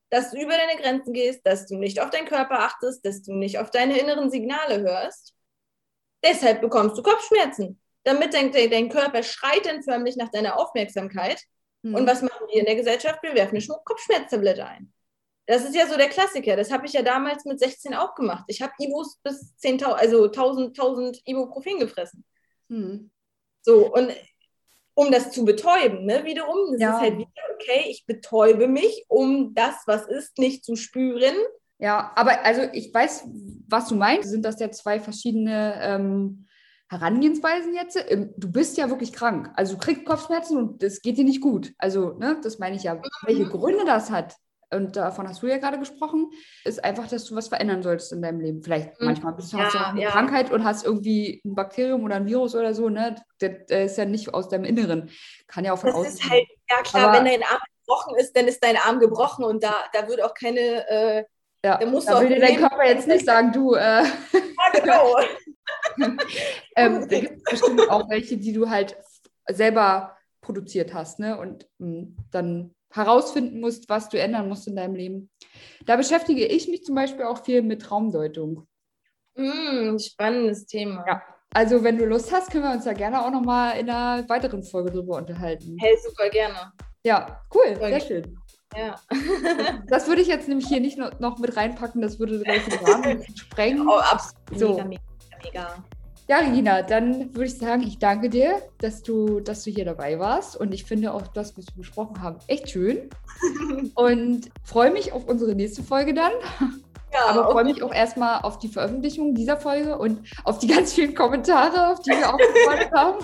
dass du über deine Grenzen gehst, dass du nicht auf deinen Körper achtest, dass du nicht auf deine inneren Signale hörst. Deshalb bekommst du Kopfschmerzen. Damit dein Körper schreit dann förmlich nach deiner Aufmerksamkeit. Und was machen wir in der Gesellschaft? Wir werfen eine Kopfschmerztablette ein. Das ist ja so der Klassiker. Das habe ich ja damals mit 16 auch gemacht. Ich habe Ibus bis 10.000, also 1000 Ibuprofen gefressen. So, und um das zu betäuben, ne, wiederum, das ist halt wieder, okay, ich betäube mich, um das, was ist, nicht zu spüren. Ja, aber also ich weiß, was du meinst. Sind das ja zwei verschiedene Herangehensweisen jetzt? Du bist ja wirklich krank. Also du kriegst Kopfschmerzen und es geht dir nicht gut. Also, ne, das meine ich ja. Welche Gründe das hat, und davon hast du ja gerade gesprochen, ist einfach, dass du was verändern solltest in deinem Leben. Vielleicht manchmal hast du eine Krankheit und hast irgendwie ein Bakterium oder ein Virus oder so, ne? Das ist ja nicht aus deinem Inneren. Kann ja auch von außen. Das ist halt, ja klar, aber wenn dein Arm gebrochen ist, dann ist dein Arm gebrochen und da wird auch keine... da will dir dein Körper jetzt nicht sagen, du... Ja, genau. Da gibt es bestimmt auch welche, die du halt selber produziert hast, ne? Und dann herausfinden musst, was du ändern musst in deinem Leben. Da beschäftige ich mich zum Beispiel auch viel mit Traumdeutung. Spannendes Thema. Ja, also wenn du Lust hast, können wir uns da gerne auch nochmal in einer weiteren Folge drüber unterhalten. Hey, super gerne. Ja, cool, sehr schön. Ja. Das würde ich jetzt nämlich hier nicht noch mit reinpacken, das würde gleich den Rahmen sprengen. Oh, absolut. So. Mega. Ja, Regina, dann würde ich sagen, ich danke dir, dass du hier dabei warst. Und ich finde auch das, was wir besprochen haben, echt schön. Und freue mich auf unsere nächste Folge dann. Ja, aber freue mich auch erstmal auf die Veröffentlichung dieser Folge und auf die ganz vielen Kommentare, auf die wir auch gefreut haben.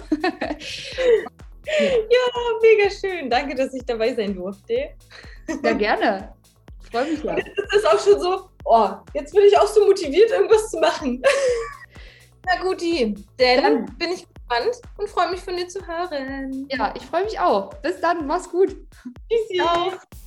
Ja, mega schön. Danke, dass ich dabei sein durfte. Ja, gerne. Freue mich ja. Das ist auch schon so, jetzt bin ich auch so motiviert, irgendwas zu machen. Na gut, dann bin ich gespannt und freue mich von dir zu hören. Ja, ich freue mich auch. Bis dann, mach's gut. Tschüssi. Ciao.